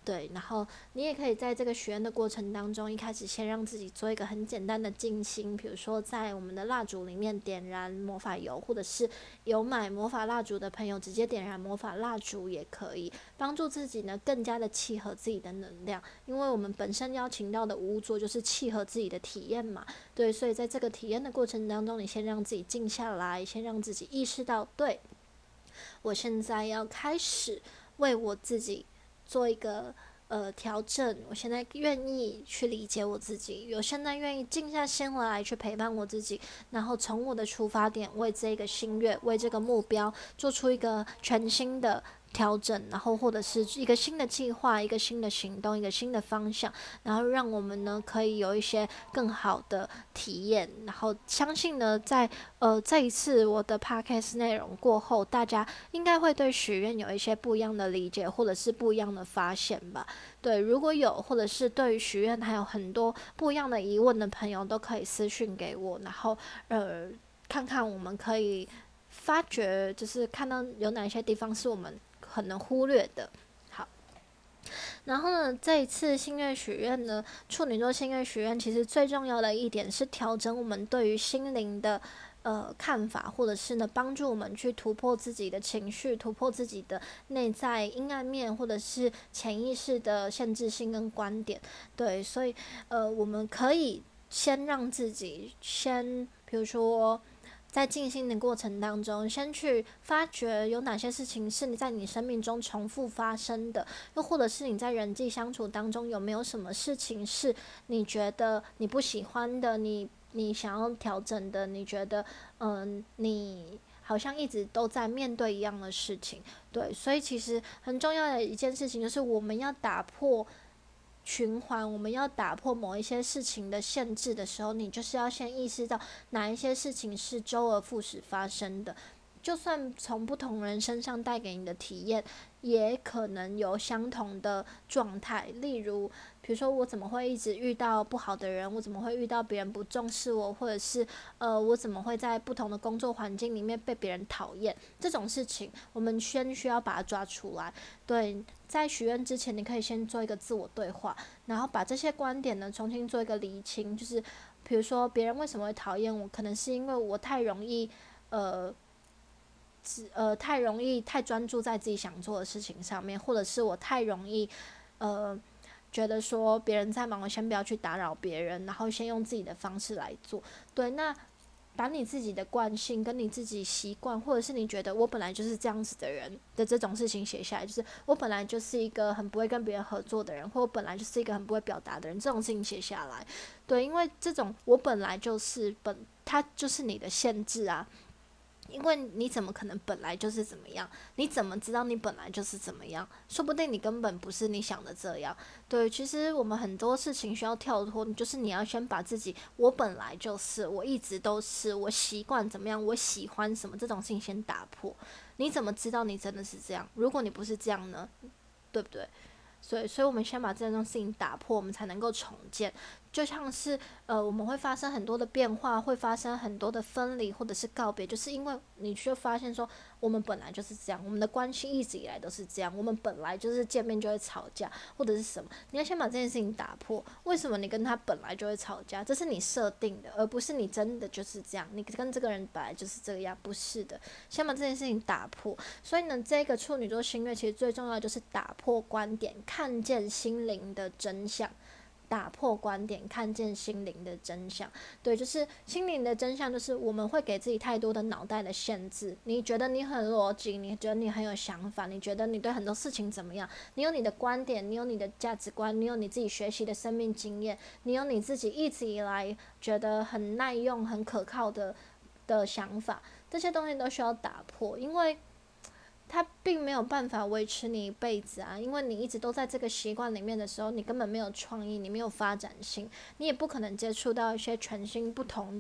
对，然后你也可以在这个许愿的过程当中，一开始先让自己做一个很简单的静心，比如说在我们的蜡烛里面点燃魔法油，或者是有买魔法蜡烛的朋友直接点燃魔法蜡烛也可以，帮助自己呢更加的契合自己的能量，因为我们本身邀请到的无作就是契合自己的体验嘛，对，所以在这个体验的过程当中，你先让自己静下来，先让自己意识到，对，我现在要开始为我自己做一个呃调整，我现在愿意去理解我自己，我现在愿意静下心来去陪伴我自己，然后从我的出发点为这个心愿，为这个目标做出一个全新的调整，然后或者是一个新的计划，一个新的行动，一个新的方向，然后让我们呢可以有一些更好的体验，然后相信呢在呃这一次我的 podcast 内容过后，大家应该会对许愿有一些不一样的理解，或者是不一样的发现吧。对，如果有或者是对于许愿还有很多不一样的疑问的朋友，都可以私讯给我，然后呃看看我们可以发掘，就是看到有哪些地方是我们可能忽略的。好，然后呢，这一次心愿许愿呢，处女座心愿许愿其实最重要的一点是调整我们对于心灵的呃看法，或者是呢帮助我们去突破自己的情绪，突破自己的内在阴暗面，或者是潜意识的限制性跟观点。对，所以呃我们可以先让自己先，比如说在静心的过程当中，先去发掘有哪些事情是你在你生命中重复发生的，又或者是你在人际相处当中有没有什么事情是你觉得你不喜欢的，你你想要调整的，你觉得嗯你好像一直都在面对一样的事情。对，所以其实很重要的一件事情就是我们要打破循环，我们要打破某一些事情的限制的时候，你就是要先意识到哪一些事情是周而复始发生的，就算从不同人身上带给你的体验，也可能有相同的状态。例如，比如说我怎么会一直遇到不好的人，我怎么会遇到别人不重视我，或者是呃我怎么会在不同的工作环境里面被别人讨厌，这种事情我们先需要把它抓出来。对，在许愿之前，你可以先做一个自我对话，然后把这些观点呢重新做一个厘清。就是比如说，别人为什么会讨厌我，可能是因为我太容易，呃，呃，太容易太专注在自己想做的事情上面，或者是我太容易，呃，觉得说别人在忙，我先不要去打扰别人，然后先用自己的方式来做。对，那把你自己的惯性跟你自己习惯，或者是你觉得我本来就是这样子的人的这种事情写下来，就是我本来就是一个很不会跟别人合作的人，或我本来就是一个很不会表达的人，这种事情写下来。对，因为这种我本来就是本，它就是你的限制啊。因为你怎么可能本来就是怎么样？你怎么知道你本来就是怎么样？说不定你根本不是你想的这样。对，其实我们很多事情需要跳脱，就是你要先把自己，我本来就是，我一直都是，我习惯怎么样，我喜欢什么这种事情先打破。你怎么知道你真的是这样？如果你不是这样呢？对不对？所以，所以我们先把这种事情打破，我们才能够重建。就像是呃，我们会发生很多的变化，会发生很多的分离或者是告别，就是因为你却发现说，我们本来就是这样，我们的关系一直以来都是这样，我们本来就是见面就会吵架，或者是什么。你要先把这件事情打破。为什么你跟他本来就会吵架？这是你设定的，而不是你真的就是这样。你跟这个人本来就是这样，不是的。先把这件事情打破。所以呢，这个处女座星月其实最重要的就是打破观点，看见心灵的真相。打破观点，看见心灵的真相。对，就是心灵的真相，就是我们会给自己太多的脑袋的限制。你觉得你很逻辑，你觉得你很有想法，你觉得你对很多事情怎么样？你有你的观点，你有你的价值观，你有你自己学习的生命经验，你有你自己一直以来觉得很耐用、很可靠的的想法，这些东西都需要打破，因为它并没有办法维持你一辈子啊，因为你一直都在这个习惯里面的时候，你根本没有创意，你没有发展性，你也不可能接触到一些全新不同的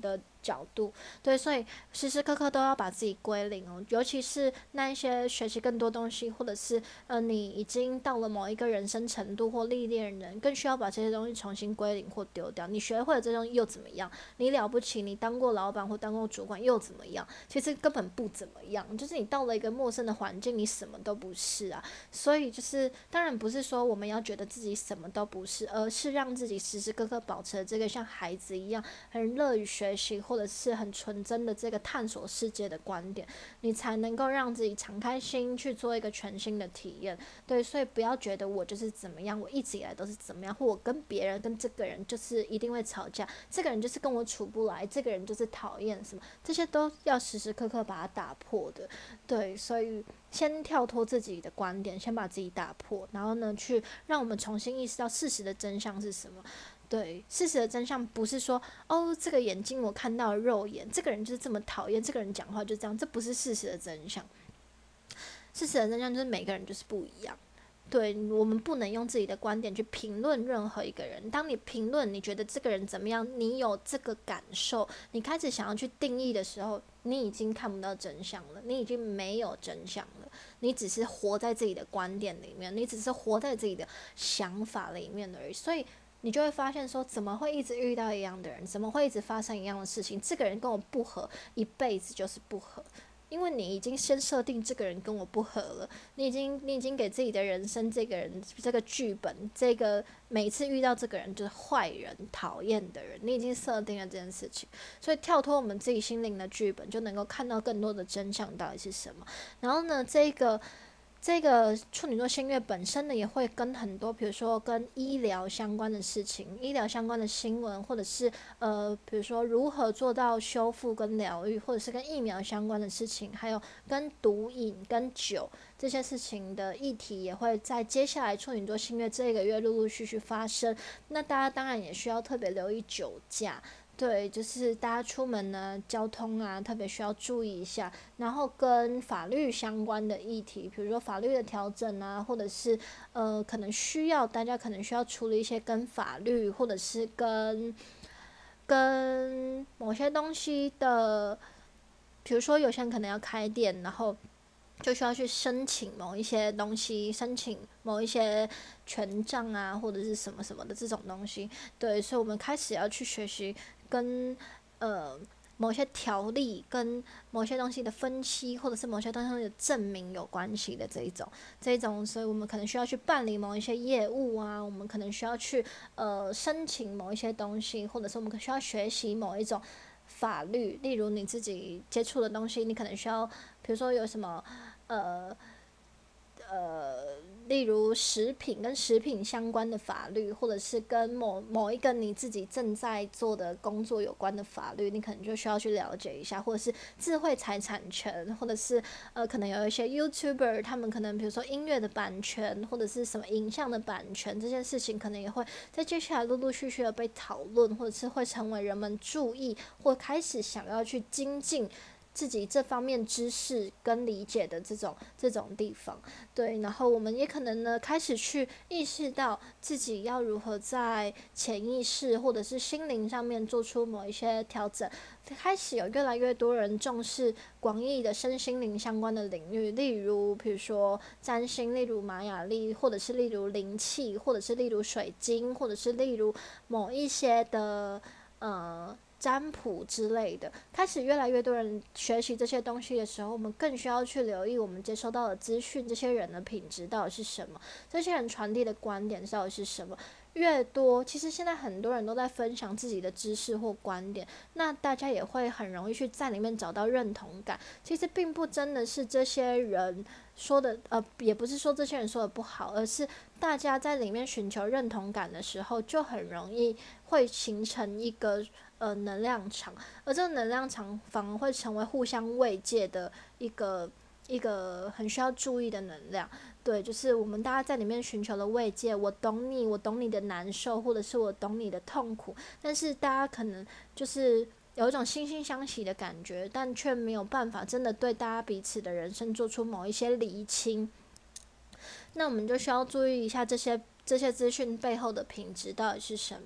角度。对，所以时时刻刻都要把自己归零哦，尤其是那一些学习更多东西，或者是呃你已经到了某一个人生程度或历练人，更需要把这些东西重新归零或丢掉。你学会了这东西又怎么样？你了不起？你当过老板或当过主管又怎么样？其实根本不怎么样，就是你到了一个陌生的环境，你什么都不是啊。所以就是当然不是说我们要觉得自己什么都不是，而是让自己时时刻刻保持这个像孩子一样很乐于学习，或者是很纯真的这个探索世界的观点，你才能够让自己敞开心去做一个全新的体验。对，所以不要觉得我就是怎么样，我一直以来都是怎么样，或我跟别人跟这个人就是一定会吵架，这个人就是跟我处不来，这个人就是讨厌什么，这些都要时时刻刻把它打破的。对，所以先跳脱自己的观点，先把自己打破，然后呢，去让我们重新意识到事实的真相是什么。对，事实的真相不是说哦，这个眼睛我看到了肉眼，这个人就是这么讨厌，这个人讲话就这样，这不是事实的真相。事实的真相就是每个人就是不一样。对，我们不能用自己的观点去评论任何一个人。当你评论你觉得这个人怎么样，你有这个感受，你开始想要去定义的时候，你已经看不到真相了，你已经没有真相了，你只是活在自己的观点里面，你只是活在自己的想法里面而已。所以你就会发现说，怎么会一直遇到一样的人，怎么会一直发生一样的事情，这个人跟我不合，一辈子就是不合。因为你已经先设定这个人跟我不合了，你已经你已经给自己的人生这个人这个剧本，这个每次遇到这个人就是坏人、讨厌的人，你已经设定了这件事情，所以跳脱我们自己心灵的剧本，就能够看到更多的真相到底是什么。然后呢，这个。这个处女座新月本身呢，也会跟很多，比如说跟医疗相关的事情、医疗相关的新闻，或者是呃，比如说如何做到修复跟疗愈，或者是跟疫苗相关的事情，还有跟毒瘾、跟酒这些事情的议题，也会在接下来处女座新月这个月陆陆续续发生。那大家当然也需要特别留意酒驾。对，就是大家出门呢，交通啊，特别需要注意一下。然后跟法律相关的议题，比如说法律的调整啊，或者是呃，可能需要大家可能需要处理一些跟法律，或者是跟跟某些东西的，比如说有些人可能要开店，然后就需要去申请某一些东西，申请某一些权杖啊，或者是什么什么的这种东西。对，所以我们开始要去学习跟呃某些条例跟某些东西的分析，或者是某些东西的证明有关系的这一种，这一种，所以我们可能需要去办理某一些业务啊，我们可能需要去呃申请某一些东西，或者是我们可能需要学习某一种法律，例如你自己接触的东西，你可能需要，比如说有什么呃呃，例如食品跟食品相关的法律，或者是跟某某一个你自己正在做的工作有关的法律，你可能就需要去了解一下，或者是智慧财产权，或者是呃，可能有一些 YouTuber 他们可能比如说音乐的版权，或者是什么影像的版权，这件事情可能也会在接下来陆陆续续的被讨论，或者是会成为人们注意或开始想要去精进自己这方面知识跟理解的这种这种地方。对，然后我们也可能呢开始去意识到自己要如何在潜意识或者是心灵上面做出某一些调整，开始有越来越多人重视广义的身心灵相关的领域，例如比如说占星，例如玛雅历，或者是例如灵气，或者是例如水晶，或者是例如某一些的呃占卜之类的，开始越来越多人学习这些东西的时候，我们更需要去留意我们接收到的资讯，这些人的品质到底是什么，这些人传递的观点到底是什么。越多，其实现在很多人都在分享自己的知识或观点，那大家也会很容易去在里面找到认同感。其实并不真的是这些人说的，呃，也不是说这些人说的不好，而是大家在里面寻求认同感的时候，就很容易会形成一个呃能量场，而这个能量场反而会成为互相慰藉的一个一个很需要注意的能量。对，就是我们大家在里面寻求的慰藉，我懂你，我懂你的难受，或者是我懂你的痛苦，但是大家可能就是有一种惺惺相惜的感觉，但却没有办法真的对大家彼此的人生做出某一些厘清。那我们就需要注意一下这些这些资讯背后的品质到底是什么，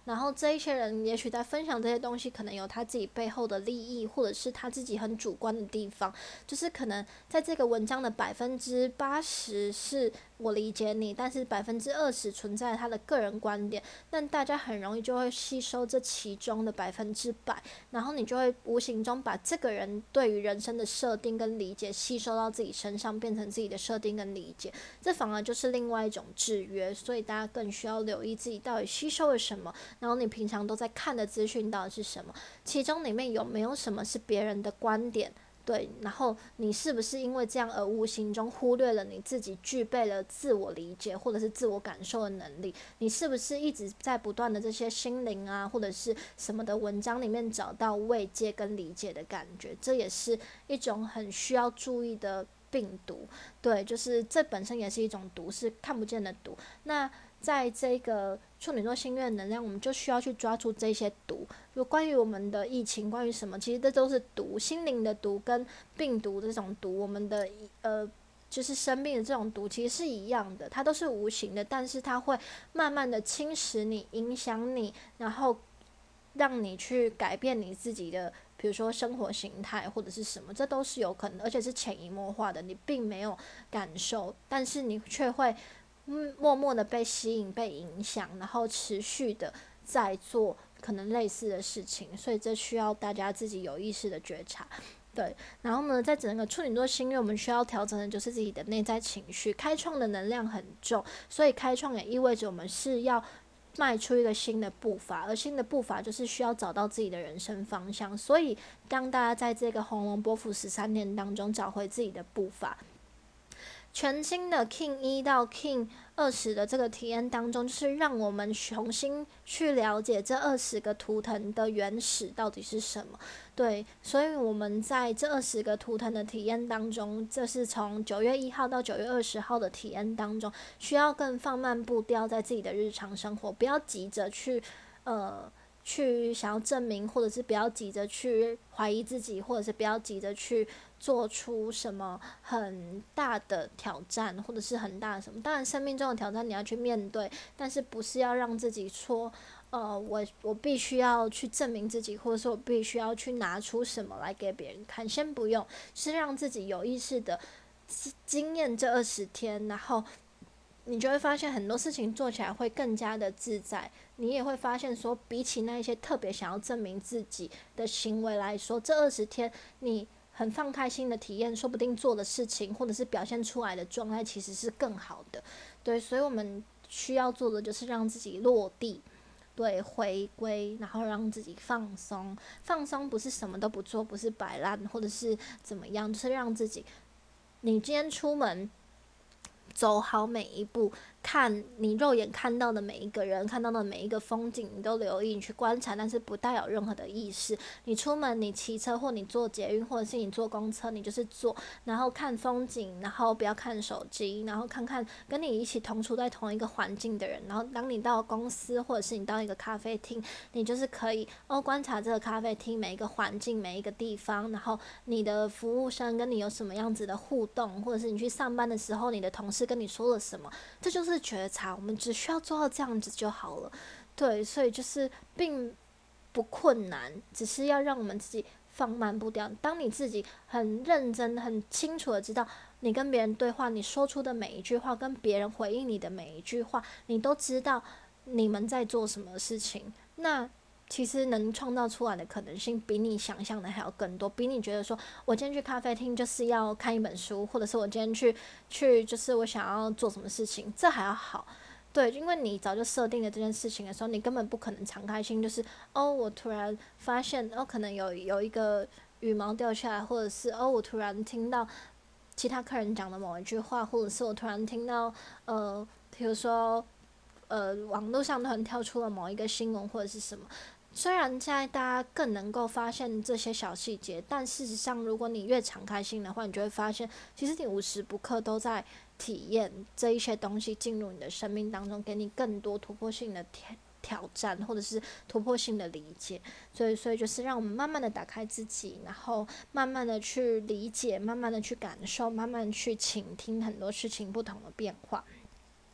然后这一些人也许在分享这些东西，可能有他自己背后的利益，或者是他自己很主观的地方，就是可能在这个文章的百分之八十是我理解你，但是百分之二十存在他的个人观点，但大家很容易就会吸收这其中的百分之百，然后你就会无形中把这个人对于人生的设定跟理解吸收到自己身上，变成自己的设定跟理解，这反而就是另外一种制约。所以大家更需要留意自己到底吸收了什么，然后你平常都在看的资讯到底是什么，其中里面有没有什么是别人的观点，对，然后你是不是因为这样而无形中忽略了你自己具备了自我理解或者是自我感受的能力？你是不是一直在不断的这些心灵啊或者是什么的文章里面找到慰藉跟理解的感觉？这也是一种很需要注意的病毒，对，就是这本身也是一种毒，是看不见的毒。那在这个处女座星月能量，我们就需要去抓住这些毒。就关于我们的疫情，关于什么，其实这都是毒，心灵的毒跟病毒这种毒，我们的呃就是生病的这种毒其实是一样的，它都是无形的，但是它会慢慢的侵蚀你，影响你，然后让你去改变你自己的比如说生活形态或者是什么，这都是有可能，而且是潜移默化的，你并没有感受，但是你却会默默的被吸引、被影响，然后持续的在做可能类似的事情，所以这需要大家自己有意识的觉察。对，然后呢，在整个处女座星月，我们需要调整的就是自己的内在情绪，开创的能量很重，所以开创也意味着我们是要迈出一个新的步伐，而新的步伐就是需要找到自己的人生方向。所以，当大家在这个红龙波符十三年当中找回自己的步伐，全新的 King 一到 King 二十的这个体验当中，就是让我们重新去了解这二十个图腾的原始到底是什么。对，所以我们在这二十个图腾的体验当中，这是从九月一号到九月二十号的体验当中，需要更放慢步调，在自己的日常生活，不要急着去呃。去想要证明，或者是不要急着去怀疑自己，或者是不要急着去做出什么很大的挑战，或者是很大的什么。当然，生命中的挑战你要去面对，但是不是要让自己说，呃，我我必须要去证明自己，或者说我必须要去拿出什么来给别人看。先不用，是让自己有意识的经验这二十天，然后你就会发现很多事情做起来会更加的自在，你也会发现说，比起那一些特别想要证明自己的行为来说，这二十天你很放开心的体验，说不定做的事情或者是表现出来的状态其实是更好的。对，所以我们需要做的就是让自己落地，对，回归，然后让自己放松。放松不是什么都不做，不是摆烂或者是怎么样，就是让自己，你今天出门走好每一步，看你肉眼看到的每一个人，看到的每一个风景，你都留意，你去观察，但是不带有任何的意识。你出门，你骑车或你坐捷运，或者是你坐公车，你就是坐，然后看风景，然后不要看手机，然后看看跟你一起同处在同一个环境的人。然后当你到公司，或者是你到一个咖啡厅，你就是可以哦观察这个咖啡厅每一个环境、每一个地方，然后你的服务生跟你有什么样子的互动，或者是你去上班的时候，你的同事跟你说了什么，这就是觉察。我们只需要做到这样子就好了。对，所以就是并不困难，只是要让我们自己放慢步调。当你自己很认真、很清楚的知道，你跟别人对话，你说出的每一句话，跟别人回应你的每一句话，你都知道你们在做什么事情，那其实能创造出来的可能性比你想象的还要更多，比你觉得说我今天去咖啡厅就是要看一本书，或者是我今天去去就是我想要做什么事情，这还要好。对，因为你早就设定了这件事情的时候，你根本不可能敞开心，就是哦，我突然发现哦，可能有有一个羽毛掉下来，或者是哦，我突然听到其他客人讲的某一句话，或者是我突然听到呃，比如说呃，网络上突然跳出了某一个新闻或者是什么。虽然现在大家更能够发现这些小细节，但事实上，如果你越敞开心的话，你就会发现，其实你无时不刻都在体验这一些东西进入你的生命当中，给你更多突破性的挑挑战，或者是突破性的理解。所以，所以就是让我们慢慢的打开自己，然后慢慢的去理解，慢慢的去感受，慢慢去倾听很多事情不同的变化。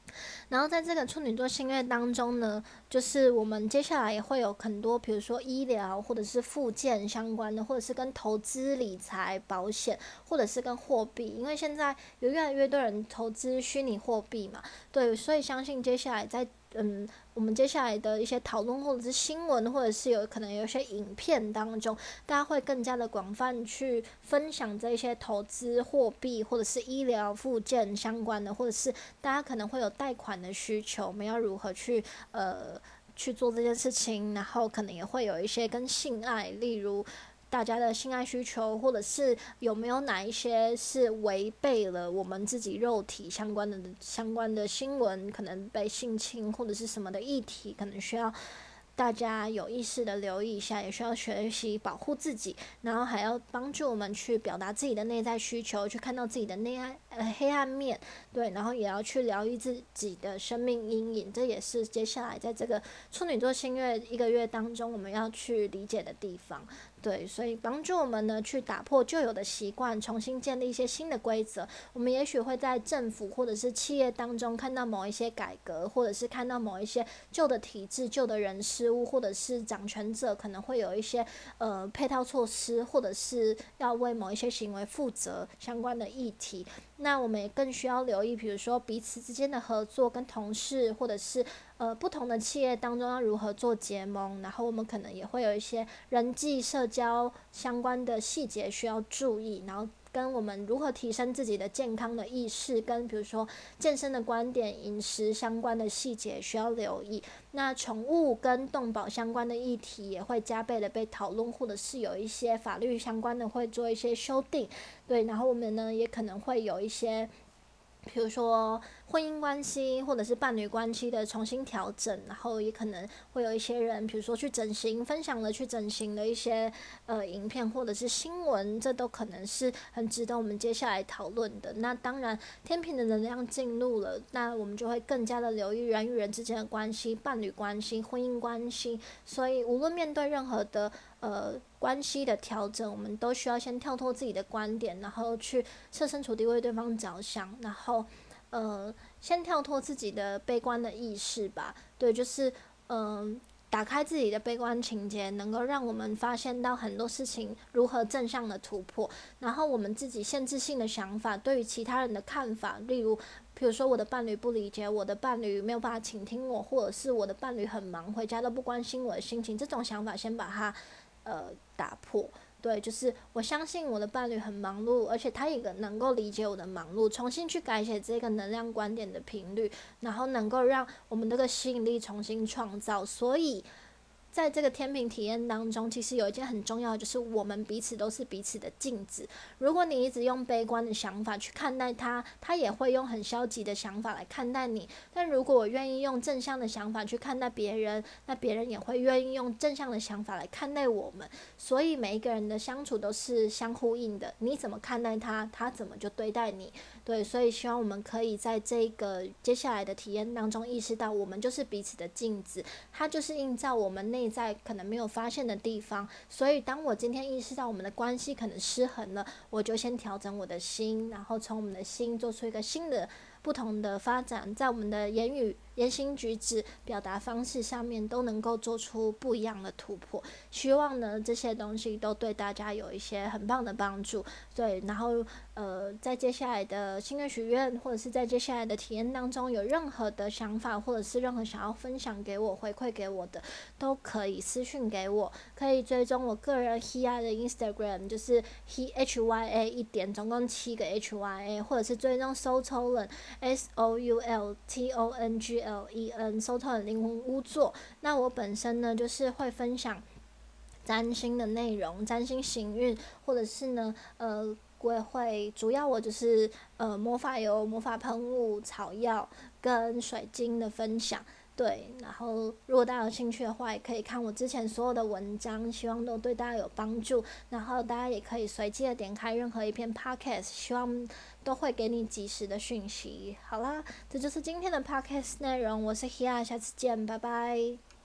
然后在这个处女座新月当中呢，就是我们接下来也会有很多，比如说医疗或者是复健相关的，或者是跟投资理财、保险，或者是跟货币，因为现在有越来越多人投资虚拟货币嘛，对，所以相信接下来在嗯，我们接下来的一些讨论，或者是新闻，或者是有可能有一些影片当中，大家会更加的广泛去分享这些投资、货币或者是医疗、附件相关的，或者是大家可能会有贷款的需求，我们要如何去呃去做这件事情，然后可能也会有一些跟性爱，例如大家的性爱需求，或者是有没有哪一些是违背了我们自己肉体相关的相关的新闻，可能被性侵或者是什么的议题，可能需要大家有意识的留意一下，也需要学习保护自己，然后还要帮助我们去表达自己的内在需求，去看到自己的内暗呃黑暗面，对，然后也要去疗愈自己的生命阴影，这也是接下来在这个处女座新月一个月当中我们要去理解的地方。对，所以帮助我们呢去打破旧有的习惯，重新建立一些新的规则。我们也许会在政府或者是企业当中看到某一些改革，或者是看到某一些旧的体制、旧的人事物，或者是掌权者可能会有一些呃配套措施，或者是要为某一些行为负责相关的议题。那我们也更需要留意，比如说彼此之间的合作，跟同事或者是呃不同的企业当中要如何做结盟，然后我们可能也会有一些人际社交相关的细节需要注意，然后跟我们如何提升自己的健康的意识，跟比如说健身的观点、饮食相关的细节需要留意。那宠物跟动保相关的议题也会加倍的被讨论，或者是有一些法律相关的会做一些修订，对，然后我们呢也可能会有一些比如说婚姻关系或者是伴侣关系的重新调整，然后也可能会有一些人，比如说去整形，分享了去整形的一些呃影片或者是新闻，这都可能是很值得我们接下来讨论的。那当然，天平的能量进入了，那我们就会更加的留意人与人之间的关系、伴侣关系、婚姻关系。所以，无论面对任何的呃关系的调整，我们都需要先跳脱自己的观点，然后去设身处地为对方着想，然后呃先跳脱自己的悲观的意识吧。对，就是嗯、呃打开自己的悲观情节，能够让我们发现到很多事情如何正向的突破，然后我们自己限制性的想法，对于其他人的看法，例如比如说我的伴侣不理解我的伴侣没有办法倾听我，或者是我的伴侣很忙回家都不关心我的心情，这种想法先把它呃打破。对，就是我相信我的伴侣很忙碌，而且他也能够理解我的忙碌，重新去改写这个能量观点的频率，然后能够让我们这个吸引力重新创造。所以在这个天平体验当中，其实有一件很重要的，就是我们彼此都是彼此的镜子。如果你一直用悲观的想法去看待他，他也会用很消极的想法来看待你。但如果我愿意用正向的想法去看待别人，那别人也会愿意用正向的想法来看待我们。所以每一个人的相处都是相呼应的，你怎么看待他，他怎么就对待你。对，所以希望我们可以在这个接下来的体验当中意识到，我们就是彼此的镜子，它就是映照我们内在可能没有发现的地方。所以当我今天意识到我们的关系可能失衡了，我就先调整我的心，然后从我们的心做出一个新的不同的发展，在我们的言语、言行举止、表达方式上面都能够做出不一样的突破。希望呢这些东西都对大家有一些很棒的帮助。对，然后呃，在接下来的心愿许愿，或者是在接下来的体验当中，有任何的想法，或者是任何想要分享给我、回馈给我的，都可以私讯给我。可以追踪我个人 Hia 的 Instagram， 就是 He H Y A 一点，总共七个 H Y A， 或者是追踪 Soul Tolen S O U L T O N G L E N Soul Tolen 灵魂屋座。那我本身呢，就是会分享占星的内容，占星行运，或者是呢，呃，我也会主要我就是呃魔法油、魔法喷雾、草药跟水晶的分享。对，然后如果大家有兴趣的话，也可以看我之前所有的文章，希望都对大家有帮助。然后大家也可以随机的点开任何一篇 podcast， 希望都会给你及时的讯息。好啦，这就是今天的 podcast 内容，我是 Hia， 下次见，拜拜。